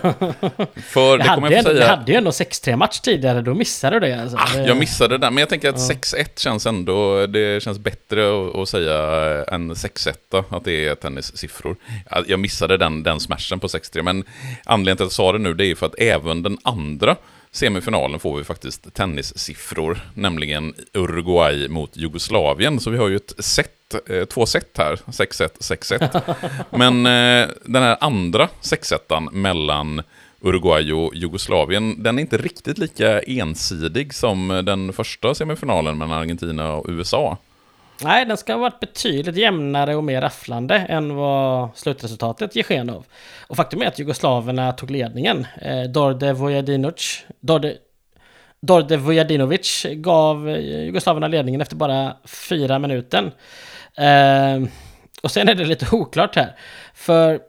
För det kommer jag få säga. Jag hade ju ändå 6-3-match tidigare, då missade du det. Alltså. Jag missade det, men jag tänker att 6-1 känns ändå, det känns bättre att säga än 6-1, att det är tennissiffror. Jag missade den smashen på 6-3, men anledningen till att jag sa det nu, det är för att även den andra semifinalen får vi faktiskt tennissiffror, nämligen Uruguay mot Jugoslavien. Så vi har ju två set här, 6-1, 6-1. Men den här andra 6-1 mellan Uruguay och Jugoslavien, den är inte riktigt lika ensidig som den första semifinalen mellan Argentina och USA. Nej, den ska ha varit betydligt jämnare och mer rafflande än vad slutresultatet ger sken av. Och faktum är att jugoslaverna tog ledningen. Đorđe Vujadinović gav jugoslaverna ledningen efter bara 4 minuter. Och sen är det lite oklart här. För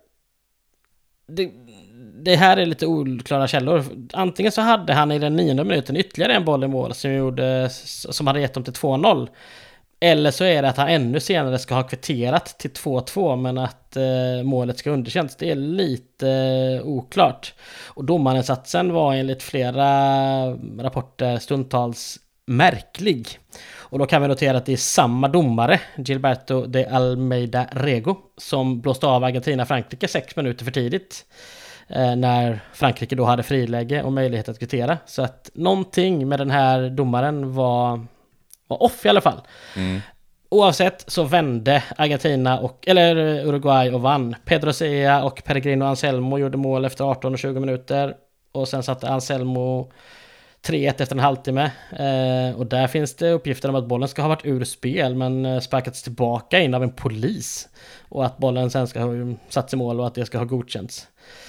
det här är lite oklara källor. Antingen så hade han i den 9:e minuten ytterligare en boll i mål som hade gett dem till 2-0. Eller så är det att han ännu senare ska ha kvitterat till 2-2, men att målet ska underkännas. Det är lite oklart. Och domarinsatsen var enligt flera rapporter stundtals märklig. Och då kan vi notera att det är samma domare, Gilberto de Almeida Rego, som blåste av Argentina-Frankrike 6 minuter för tidigt. När Frankrike då hade friläge och möjlighet att kvittera. Så att någonting med den här domaren var off i alla fall. Oavsett så vände Argentina eller Uruguay och vann. Pedro Sea och Peregrino Anselmo gjorde mål efter 18 och 20 minuter. Och sen satte Anselmo 3-1 efter en halvtimme. Och där finns det uppgifter om att bollen ska ha varit ur spel, men sparkats tillbaka in av en polis. Och att bollen sen ska ha satts i mål och att det ska ha godkänts.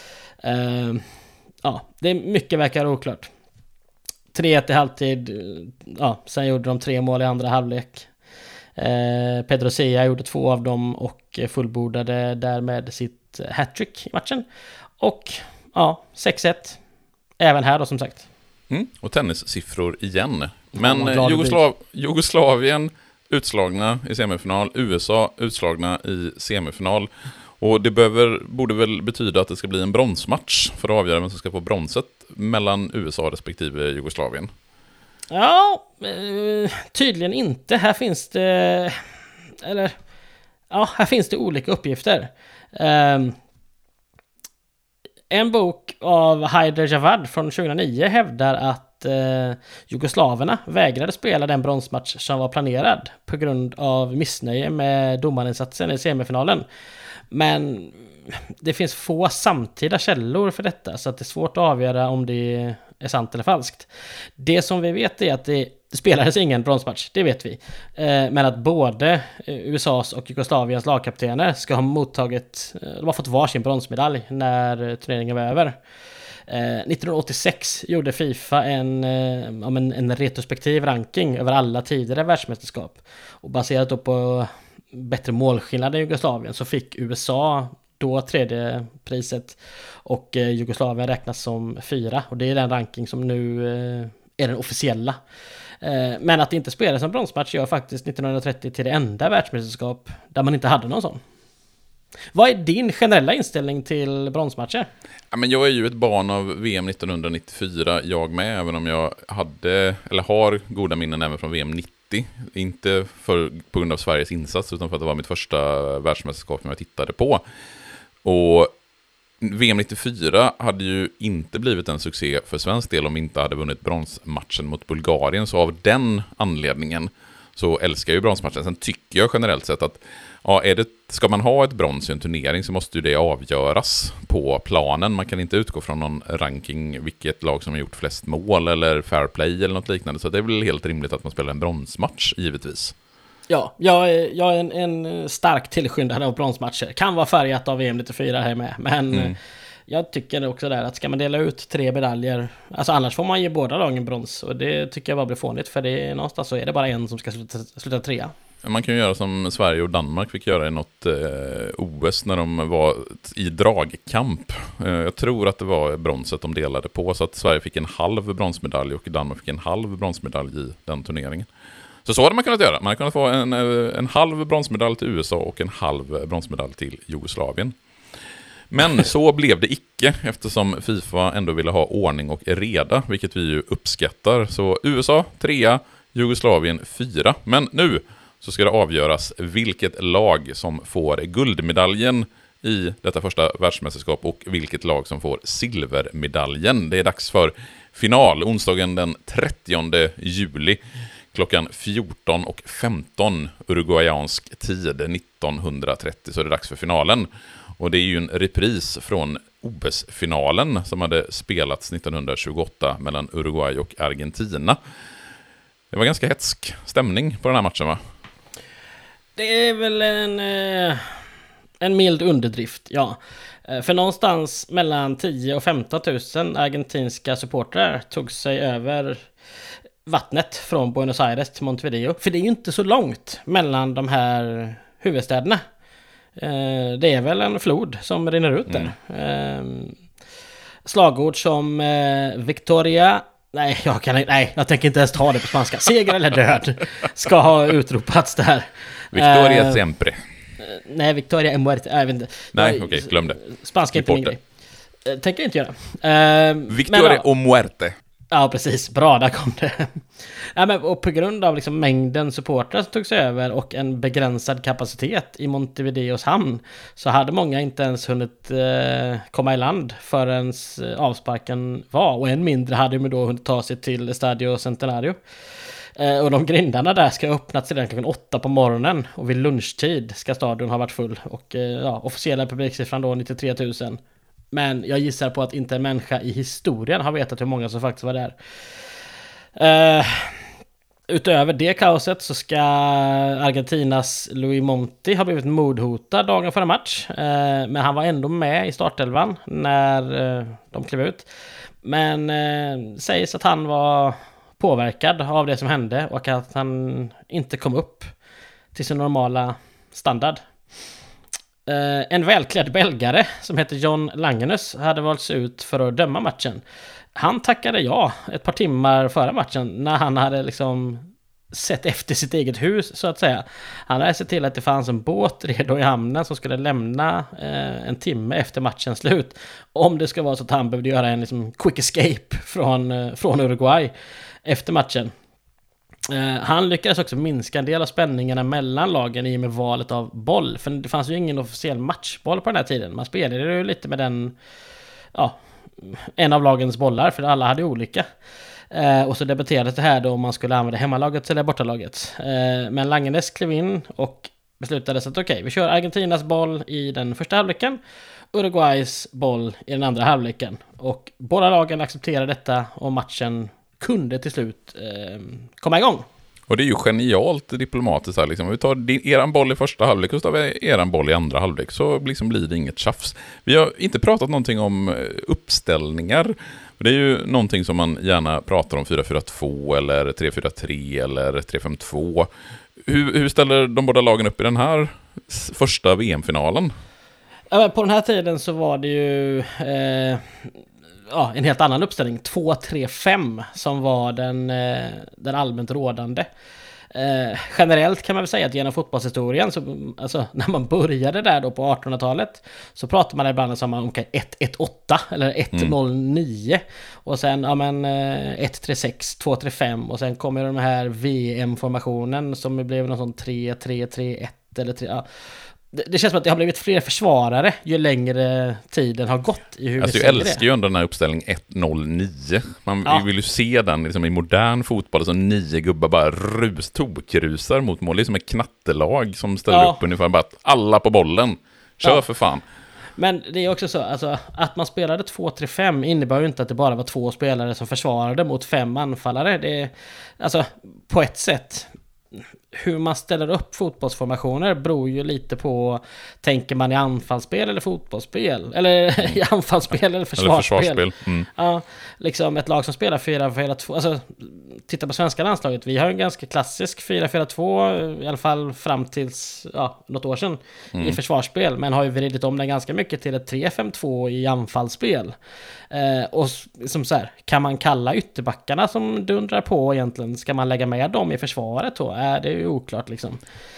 Det är mycket verkar oklart. 3-1 i halvtid. Sen gjorde de 3 mål i andra halvlek. Pedro Sea gjorde 2 av dem och fullbordade därmed sitt hattrick i matchen. Och 6-1 även här då, som sagt. Och tennissiffror igen. Men Jugoslavien utslagna i semifinal, USA utslagna i semifinal. Och det borde väl betyda att det ska bli en bronsmatch för att avgöra vem som ska få bronset mellan USA respektive Jugoslavien. Ja, tydligen inte. Här finns det olika uppgifter. En bok av Haider Javad från 2009 hävdar att jugoslaverna vägrade spela den bronsmatch som var planerad på grund av missnöje med domarinsatsen i semifinalen. Men det finns få samtida källor för detta, så att det är svårt att avgöra om det är sant eller falskt. Det som vi vet är att det spelades ingen bronsmatch, det vet vi. Men att både USAs och Jugoslaviens lagkaptener ska ha mottagit, de har fått varsin bronsmedalj när turneringen var över. 1986 gjorde FIFA en retrospektiv ranking över alla tidigare världsmästerskap. Och baserat då på bättre målskillnad i Jugoslavien så fick USA då tredje priset och Jugoslavien räknas som 4, och det är den ranking som nu är den officiella. Men att det inte spelades en bronsmatch gör faktiskt 1930 till det enda världsmästerskap där man inte hade någon sån. Vad är din generella inställning till bronsmatcher? Ja, men jag är ju ett barn av VM 1994, jag med, även om jag har goda minnen även från VM 90. Inte på grund av Sveriges insats, utan för att det var mitt första världsmästerskap som jag tittade på. Och VM 94 hade ju inte blivit en succé för svensk del om vi inte hade vunnit bronsmatchen mot Bulgarien. Så av den anledningen så älskar jag ju bronsmatchen. Sen tycker jag generellt sett att ska man ha ett brons i en turnering så måste ju det avgöras på planen. Man kan inte utgå från någon ranking, vilket lag som har gjort flest mål eller fair play eller något liknande. Så det är väl helt rimligt att man spelar en bronsmatch, givetvis. Ja, jag är en stark tillskyndare av bronsmatcher. Kan vara färgat av VM 94 här med, men jag tycker också där att ska man dela ut 3 medaljer, alltså annars får man ge båda lagen brons, och det tycker jag bara blir fånigt, för det är någonstans så är det bara en som ska sluta 3. Man kan ju göra som Sverige och Danmark fick göra i något OS när de var i dragkamp. Jag tror att det var bronset de delade på, så att Sverige fick en halv bronsmedalj och Danmark fick en halv bronsmedalj i den turneringen. Så hade man kunnat göra. Man hade kunnat få en halv bronsmedalj till USA och en halv bronsmedalj till Jugoslavien. Men så blev det icke, eftersom FIFA ändå ville ha ordning och reda, vilket vi ju uppskattar. Så USA 3, Jugoslavien 4. Men nu så ska det avgöras vilket lag som får guldmedaljen i detta första världsmästerskap och vilket lag som får silvermedaljen. Det är dags för final, onsdagen den 30 juli. Klockan 14:15 uruguayansk tid 1930, så är det dags för finalen. Och det är ju en repris från OS-finalen som hade spelats 1928 mellan Uruguay och Argentina. Det var ganska hetsk stämning på den här matchen, va? Det är väl en mild underdrift, ja. För någonstans mellan 10 och 15 000 argentinska supportrar tog sig över vattnet från Buenos Aires till Montevideo. För det är ju inte så långt mellan de här huvudstäderna. Det är väl en flod som rinner ut där. Slagord som Victoria... Nej, jag tänker inte ens ta det på spanska. Seger eller död ska ha utropats där. Victoria siempre. Nej, Victoria är muerte. Jag vet inte. Nej, okej, glöm det. Spanska är inte min grej. Tänker inte göra. Victoria o muerte. Ja, precis. Bra, där kom det. Ja, men, och på grund av liksom mängden supportrar som tog sig över och en begränsad kapacitet i Montevideos hamn så hade många inte ens hunnit komma i land förrän avsparken var. Och än mindre hade de då hunnit ta sig till Stadio Centenario. Och de grindarna där ska öppnas sedan klockan 8 på morgonen. Och vid lunchtid ska stadion ha varit full. Och officiella publiksiffran då 93 000. Men jag gissar på att inte en människa i historien har vetat hur många som faktiskt var där. Utöver det kaoset så ska Argentinas Luis Monti ha blivit mordhotad dagen före match. Men han var ändå med i startelvan när de klev ut. Men sägs att han var påverkad av det som hände och att han inte kom upp till sin normala standard. En välklädd belgare som heter John Langenus hade valts ut för att döma matchen. Han tackade ja ett par timmar före matchen när han hade liksom sett efter sitt eget hus så att säga. Han hade sett till att det fanns en båt redo i hamnen som skulle lämna en timme efter matchens slut. Om det ska vara så att han behövde göra en liksom quick escape från Uruguay efter matchen. Han lyckades också minska en del av spänningarna mellan lagen i och med valet av boll. För det fanns ju ingen officiell matchboll på den här tiden. Man spelade ju lite med den, en av lagens bollar, för alla hade olika. Och så debatterades det här då om man skulle använda hemmalagets eller bortalagets. Men Langenäs klev in och beslutade att okej, vi kör Argentinas boll i den första halvleken, Uruguays boll i den andra halvleken. Och båda lagen accepterade detta och matchen kunde till slut komma igång. Och det är ju genialt diplomatiskt här liksom. Vi tar eran boll i första halvlek och så tar vi eran boll i andra halvlek, så liksom blir det inget tjafs. Vi har inte pratat någonting om uppställningar. Det är ju någonting som man gärna pratar om, 4-4-2 eller 3-4-3 eller 3-5-2. Hur ställer de båda lagen upp i den här första VM-finalen? På den här tiden så var det ju en helt annan uppställning, 2-3-5, som var den allmänt rådande. Generellt kan man väl säga att genom fotbollshistorien, så, alltså, när man började där då på 1800-talet, så pratar man ibland om 1-1-8 eller 1-0-9 och sen 1-3-6, 2-3-5 och sen kommer de här VM-formationen som blev någon sån 3-3-3-1 eller 3. Det känns som att det har blivit fler försvarare ju längre tiden har gått i hur alltså, vi jag älskar ju ändå den här uppställningen 1-0-9. Man vill ju se den liksom, i modern fotboll, så 9 gubbar bara tokrusar mot mål. Det är som ett knattelag som ställer upp ungefär bara att alla på bollen. Kör för fan. Men det är också så, alltså, att man spelade 2-3-5 innebär ju inte att det bara var 2 spelare som försvarade mot 5 anfallare. Det är, alltså, på ett sätt, hur man ställer upp fotbollsformationer beror ju lite på, tänker man i anfallsspel eller fotbollsspel, eller i anfallsspel eller försvarsspel. Ja, liksom ett lag som spelar 4-4-2, alltså titta på svenska landslaget, vi har en ganska klassisk 4-4-2 i alla fall fram tills något år sedan i försvarsspel, men har ju vridit om den ganska mycket till ett 3-5-2 i anfallsspel. Och som så här, kan man kalla ytterbackarna som dundrar på egentligen, ska man lägga med dem i försvaret då? Det är ju oklart liksom.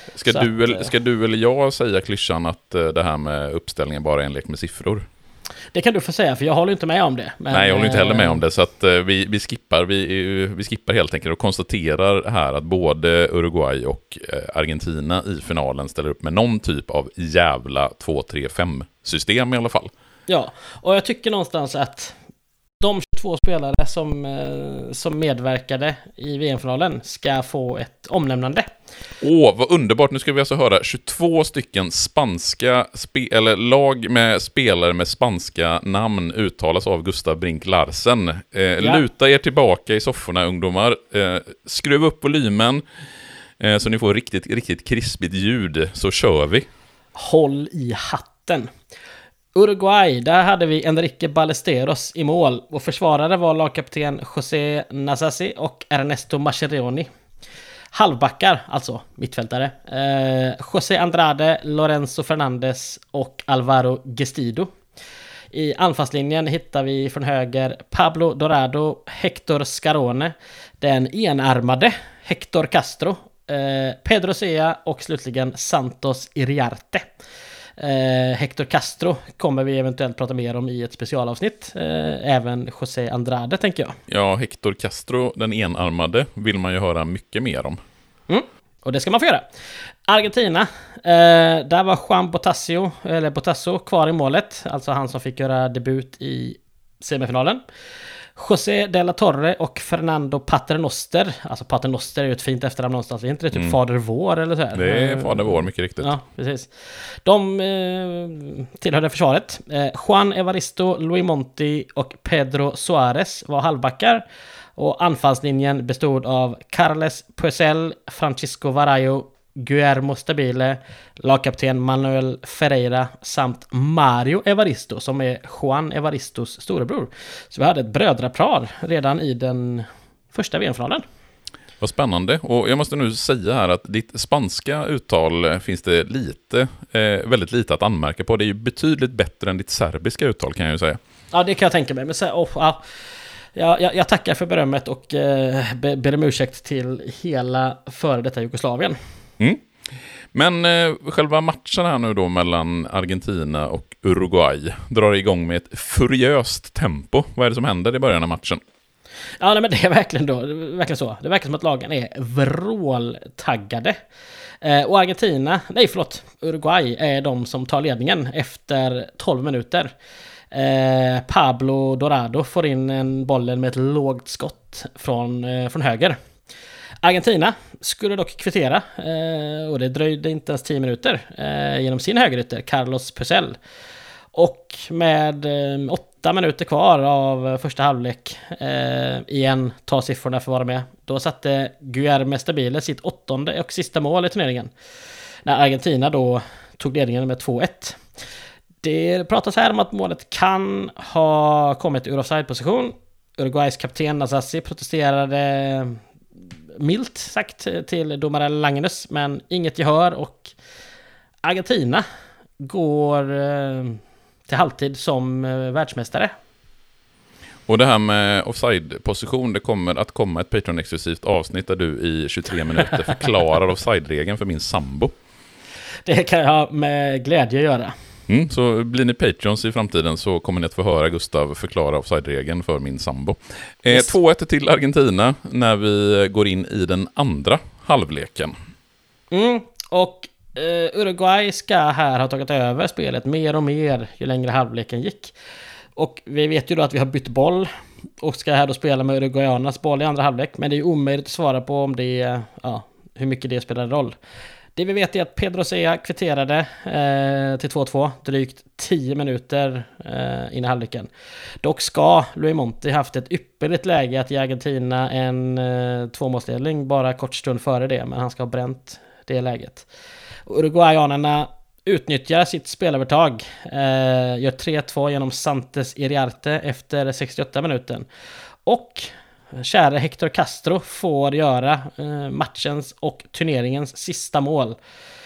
Ska du eller jag säga klyschan att det här med uppställningen bara är en lek med siffror? Det kan du få säga, för jag håller inte med om det. Men, nej, jag håller inte heller med om det, så att vi skippar helt enkelt och konstaterar här att både Uruguay och Argentina i finalen ställer upp med någon typ av jävla 2-3-5-system i alla fall. Ja, och jag tycker någonstans att de 22 spelare som medverkade i VM-finalen ska få ett omnämnande. Vad underbart. Nu ska vi alltså höra 22 stycken spanska eller lag med spelare med spanska namn uttalas av Gustav Brink Larsen. Luta er tillbaka i sofforna, ungdomar. Skruva upp volymen så ni får riktigt krispigt ljud, så kör vi. Håll i hatten. Uruguay, där hade vi Enrique Ballesteros i mål och försvarare var lagkapten José Nasasi och Ernesto Mascheroni. Halvbackar, alltså mittfältare, José Andrade, Lorenzo Fernandes och Alvaro Gestido. I anfallslinjen hittar vi från höger Pablo Dorado, Hector Scarone, den enarmade Hector Castro, Pedro Sea och slutligen Santos Iriarte. Hector Castro kommer vi eventuellt prata mer om i ett specialavsnitt. Även José Andrade, tänker jag. Ja, Hector Castro, den enarmade, vill man ju höra mycket mer om. Och det ska man få göra. Argentina, där var Juan Botasso kvar i målet. Alltså han som fick göra debut i semifinalen. José de la Torre och Fernando Paternoster. Alltså Paternoster är ju ett fint efternamn någonstans. Det är inte det typ Fader vår eller så här? Det är Fader vår, mycket riktigt. Ja, precis. De tillhörde försvaret. Juan Evaristo, Luis Monti och Pedro Suarez var halvbackar. Och anfallslinjen bestod av Carles Puesel, Francisco Varayo, Guillermo Stabile, lagkapten Manuel Ferreira samt Mario Evaristo som är Juan Evaristos storebror. Så vi hade ett brödrapar redan i den första VM-finalen. Vad spännande. Och jag måste nu säga här att ditt spanska uttal finns det väldigt lite att anmärka på. Det är ju betydligt bättre än ditt serbiska uttal, kan jag ju säga. Ja, det kan jag tänka mig. Men Jag tackar för berömmet och ber om ursäkt till hela före detta Jugoslavien. Mm. Men själva matchen här nu då mellan Argentina och Uruguay drar igång med ett furiöst tempo. Vad är det som händer i början av matchen? Ja, nej, men det är verkligen så. Det verkar som att lagen är vråltaggade. Och Uruguay är de som tar ledningen efter 12 minuter. Pablo Dorado får in bollen med ett lågt skott från höger. Argentina skulle dock kvittera, och det dröjde inte ens 10 minuter, genom sin högerytter Carlos Puyol. Och med 8 minuter kvar av första halvlek, igen, ta siffrorna för att vara med, då satte Guilherme Stabile sitt 8:e och sista mål i turneringen, när Argentina då tog ledningen med 2-1. Det pratas här om att målet kan ha kommit ur offside-position. Uruguays kapten Nasasi protesterade milt sagt till domare Langenus, men inget gehör, och Argentina går till halvtid som världsmästare. Och det här med offside-position, det kommer att komma ett Patreon-exklusivt avsnitt där du i 23 minuter förklarar offside-regeln för min sambo. Det kan jag med glädje göra. Så blir ni Patreons i framtiden så kommer ni att få höra Gustav förklara offside-regeln för min sambo. 2-1 till Argentina när vi går in i den andra halvleken. Och Uruguay ska här ha tagit över spelet mer och mer ju längre halvleken gick. Och vi vet ju då att vi har bytt boll och ska här då spela med Uruguayanernas boll i andra halvlek. Men det är ju omöjligt att svara på om det, hur mycket det spelar roll. Det vi vet är att Pedro Sea kvitterade till 2-2 drygt 10 minuter in i halvleken. Dock ska Luis Monti haft ett ypperligt läge att ge Argentina en 2-målsledning bara kort stund före det, men han ska ha bränt det läget. Uruguayanerna utnyttjar sitt spelövertag, gör 3-2 genom Santos Iriarte efter 68 minuten. Och kära Hector Castro får göra matchens och turneringens sista mål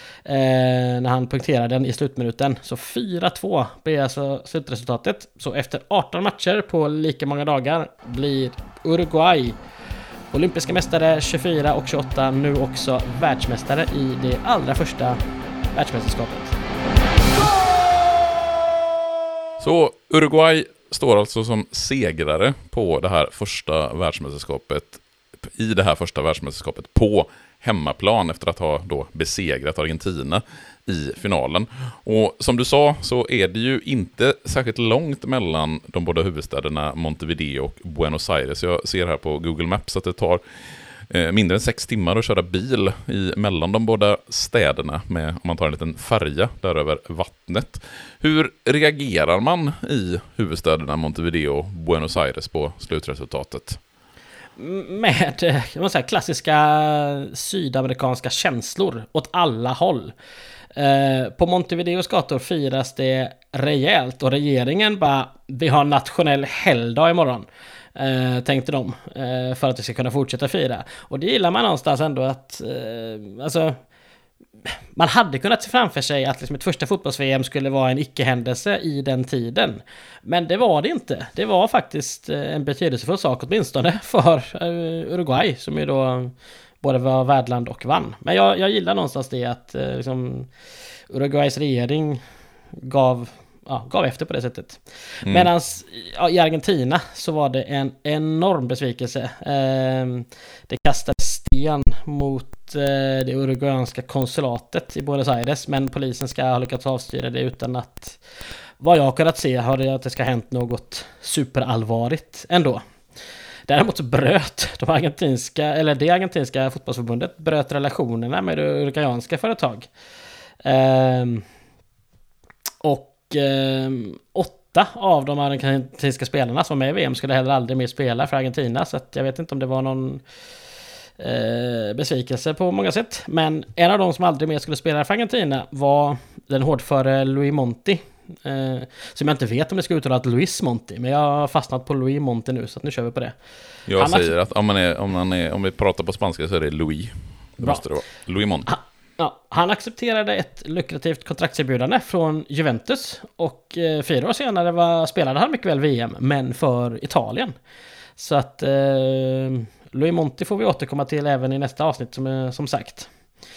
när han punkterar den i slutminuten. Så 4-2 blir alltså slutresultatet. Så efter 18 matcher på lika många dagar blir Uruguay olympiska mästare 24 och 28, nu också världsmästare i det allra första världsmästerskapet. Så Uruguay står alltså som segrare på det här första världsmästerskapet, i det här första världsmästerskapet på hemmaplan efter att ha då besegrat Argentina i finalen. Och som du sa så är det ju inte särskilt långt mellan de båda huvudstäderna Montevideo och Buenos Aires. Jag ser här på Google Maps att det tar mindre än 6 timmar att köra bil mellan de båda städerna med, om man tar en liten färja där över vattnet. Hur reagerar man i huvudstäderna Montevideo och Buenos Aires på slutresultatet? Med kan man säga, klassiska sydamerikanska känslor åt alla håll. På Montevideos gator firas det rejält och regeringen bara, vi har nationell helgdag imorgon, tänkte de, för att vi ska kunna fortsätta fira. Och det gillar man någonstans ändå, att alltså, man hade kunnat se framför sig att liksom ett första fotbolls-VM skulle vara en icke-händelse i den tiden. Men det var det inte. Det var faktiskt en betydelsefull sak, åtminstone för Uruguay, som ju då både var värdland och vann. Men jag gillar någonstans det, att liksom, Uruguays regering gav efter på det sättet. Medan i Argentina så var det en enorm besvikelse. Det kastades sten mot det uruguayanska konsulatet i Buenos Aires, men polisen ska ha lyckats avstyra det utan att, vad jag har kunnat se, har det att det ska ha hänt något superallvarligt ändå. Däremot så bröt det argentinska fotbollsförbundet bröt relationerna med det uruguayanska företag. Och 8 av de argentinska spelarna som är med i VM skulle heller aldrig mer spela för Argentina, så att jag vet inte om det var någon besvikelse på många sätt. Men en av de som aldrig mer skulle spela för Argentina var den hårdföre Luis Monti, som jag inte vet om det ska uttala Luis Monti, men jag har fastnat på Luis Monti nu, så att nu kör vi på det. Jag säger att om vi pratar på spanska så är det Luis. Det måste det vara. Luis Monti. Han accepterade ett lukrativt kontraktserbjudande från Juventus, och 4 år senare spelade han mycket väl VM, men för Italien. Så att Louis Monti får vi återkomma till även i nästa avsnitt som sagt.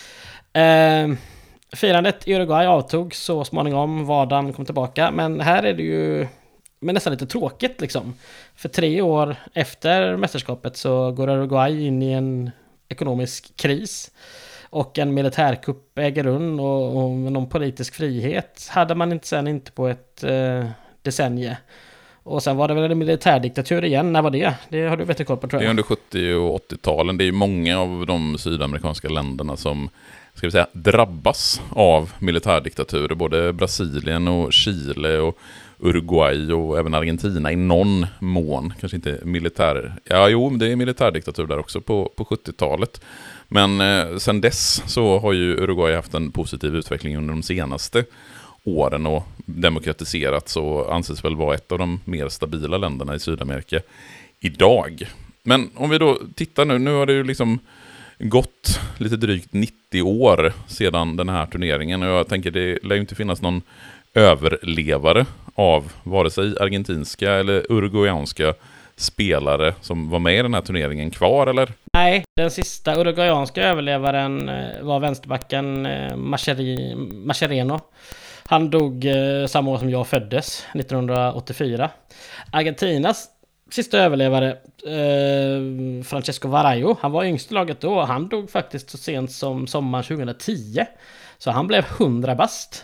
Firandet i Uruguay avtog så småningom, vardagen kom tillbaka, men här är det ju nästan lite tråkigt liksom. För 3 år efter mästerskapet så går Uruguay in i en ekonomisk kris och en militärkupp äger rum och någon politisk frihet hade man inte på ett decennium. Och sen var det väl en militärdiktatur igen. När var det? Det har du bättre koll på, tror jag. Det är under 70- och 80-talen. Det är ju många av de sydamerikanska länderna som, ska vi säga, drabbas av militärdiktaturer. Både Brasilien och Chile och Uruguay och även Argentina i någon mån. Kanske inte militär... Ja, jo, det är militärdiktatur där också på 70-talet. Men sen dess så har ju Uruguay haft en positiv utveckling under de senaste åren och demokratiserats och anses väl vara ett av de mer stabila länderna i Sydamerika idag. Men om vi då tittar nu har det ju liksom gått lite drygt 90 år sedan den här turneringen och jag tänker det lär ju inte finnas någon överlevare av vare sig argentinska eller uruguayanska spelare som var med i den här turneringen kvar, eller? Nej, den sista uruguayanska överlevaren var vänsterbacken Mascherano. Han dog samma år som jag föddes, 1984. Argentinas sista överlevare, Francesco Varallo, han var yngst i laget då. Han dog faktiskt så sent som sommaren 2010. Så han blev 100 bast.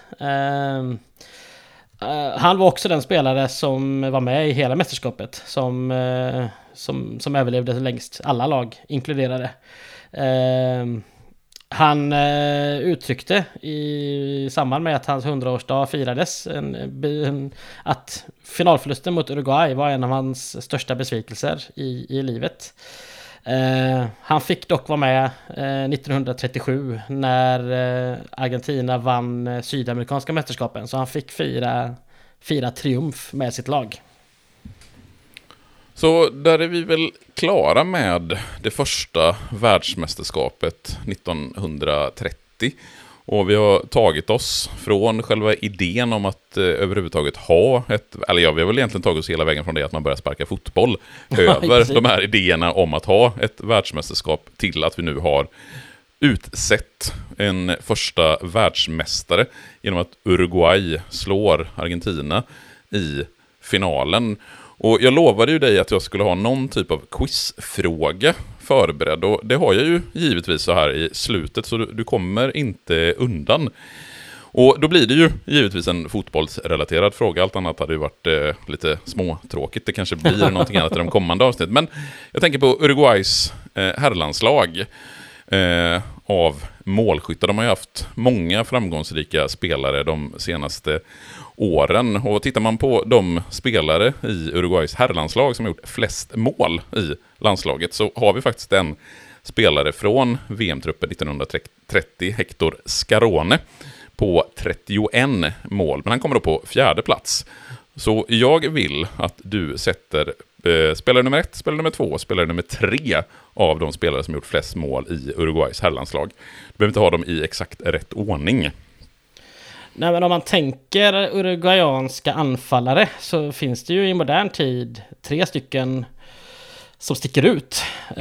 Han var också den spelare som var med i hela mästerskapet som överlevde längst, alla lag inkluderade. Han uttryckte i samband med att hans 100-årsdag firades att finalförlusten mot Uruguay var en av hans största besvikelser i livet. Han fick dock vara med 1937 när Argentina vann sydamerikanska mästerskapen, så han fick fira triumf med sitt lag. Så där är vi väl klara med det första världsmästerskapet 1930. Och vi har tagit oss från själva idén om att överhuvudtaget ha vi har väl egentligen tagit oss hela vägen från det att man börjar sparka fotboll över de här idéerna om att ha ett världsmästerskap till att vi nu har utsett en första världsmästare genom att Uruguay slår Argentina i finalen. Och jag lovade ju dig att jag skulle ha någon typ av quizfråga förberedd. Och det har jag ju givetvis så här i slutet, så du kommer inte undan. Och då blir det ju givetvis en fotbollsrelaterad fråga. Allt annat hade ju varit lite småtråkigt. Det kanske blir någonting annat i de kommande avsnitt. Men jag tänker på Uruguays herrlandslag av målskyttar. De har ju haft många framgångsrika spelare de senaste åren. Och tittar man på de spelare i Uruguays herrlandslag som har gjort flest mål i landslaget, så har vi faktiskt en spelare från VM-truppen 1930, Hector Scarone, på 31 mål. Men han kommer då på 4:e plats. Så jag vill att du sätter spelare nummer 1, spelare nummer 2, spelare nummer 3 av de spelare som gjort flest mål i Uruguays herrlandslag. Du behöver inte ha dem i exakt rätt ordning. Nej, men om man tänker uruguayanska anfallare så finns det ju i modern tid 3 stycken som sticker ut.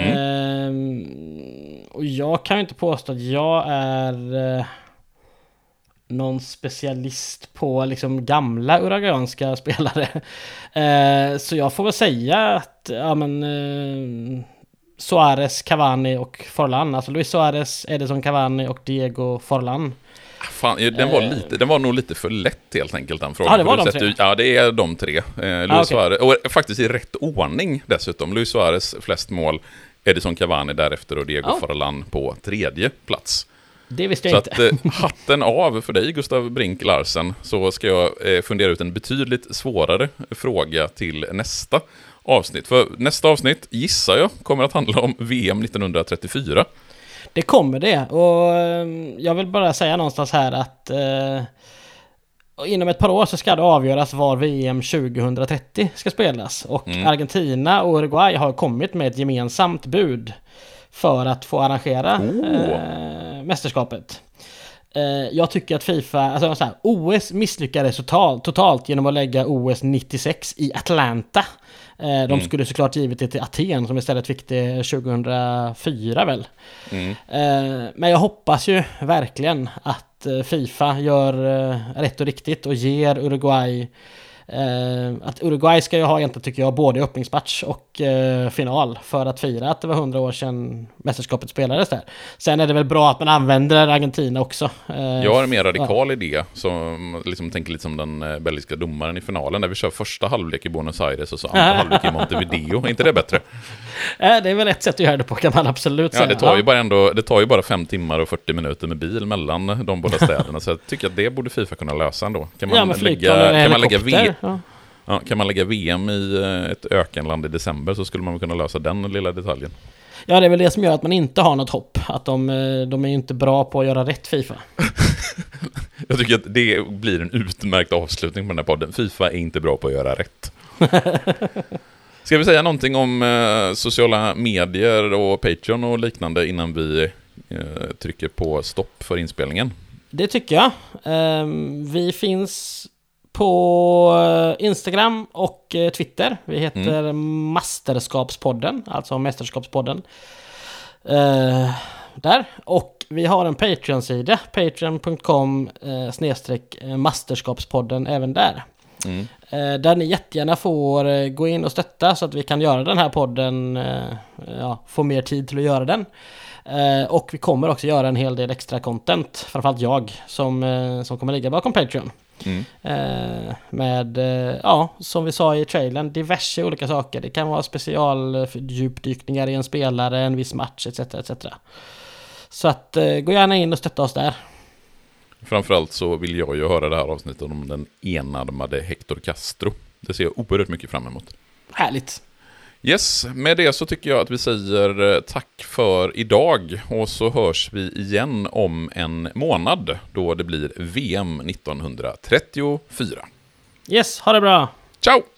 Och jag kan ju inte påstå att jag är någon specialist på liksom gamla uruguayanska spelare. Så jag får väl säga att Suarez, Cavani och Forlan. Alltså Luis Suarez, Edison Cavani och Diego Forlan. Fan, den var nog lite för lätt helt enkelt, den frågan. Ja, det var de 3. Ja, det är de 3. Luis Suarez, och faktiskt i rätt ordning dessutom. Luis Suarez flest mål, Edison Cavani därefter och Diego Forlan på 3:e plats. Det visste jag inte. Så att hatten av för dig, Gustav Brink Larsen, så ska jag fundera ut en betydligt svårare fråga till nästa avsnitt. För nästa avsnitt, gissar jag, kommer att handla om VM 1934. Det kommer det, och jag vill bara säga någonstans här att inom ett par år så ska det avgöras var VM 2030 ska spelas. Och Argentina och Uruguay har kommit med ett gemensamt bud för att få arrangera mästerskapet. Jag tycker att FIFA, OS misslyckades totalt genom att lägga OS 96 i Atlanta. De skulle såklart givet det till Aten som istället fick det 2004 väl. Men jag hoppas ju verkligen att FIFA gör rätt och riktigt och ger Uruguay att Uruguay ska ju ha egentligen, tycker jag, både öppningsmatch och final för att fira att det var 100 år sedan mästerskapet spelades där. Sen är det väl bra att man använder Argentina också. Jag har en mer radikal idé som liksom tänker lite som den belgiska domaren i finalen där vi kör första halvlek i Buenos Aires och så andra halvlek i Montevideo. Är inte det bättre? Det är väl ett sätt att göra det på, kan man absolut säga. Det tar ju bara 5 timmar och 40 minuter med bil mellan de båda städerna, så jag tycker att det borde FIFA kunna lösa ändå. Kan man lägga VM i ett ökenland i december så skulle man kunna lösa den lilla detaljen. Ja, det är väl det som gör att man inte har något hopp. Att de är inte bra på att göra rätt FIFA. Jag tycker att det blir en utmärkt avslutning på den här podden. FIFA är inte bra på att göra rätt. Ska vi säga någonting om sociala medier och Patreon och liknande innan vi trycker på stopp för inspelningen? Det tycker jag. Vi finns på Instagram och Twitter. Vi heter Masterskapspodden, alltså Mästerskapspodden. Där. Och vi har en Patreon-sida, patreon.com/masterskapspodden även där. Där ni jättegärna får gå in och stötta så att vi kan göra den här podden, få mer tid till att göra den. Och vi kommer också göra en hel del extra content, framförallt jag som kommer ligga bakom Patreon. Med, som vi sa i trailern, diverse olika saker. Det kan vara specialdjupdykningar i en spelare, en viss match, etc. Så att gå gärna in och stötta oss där. Framförallt så vill jag ju höra det här avsnittet om den enarmade Hector Castro. Det ser jag oerhört mycket fram emot. Härligt. Yes, med det så tycker jag att vi säger tack för idag. Och så hörs vi igen om en månad då det blir VM 1934. Yes, ha det bra. Ciao!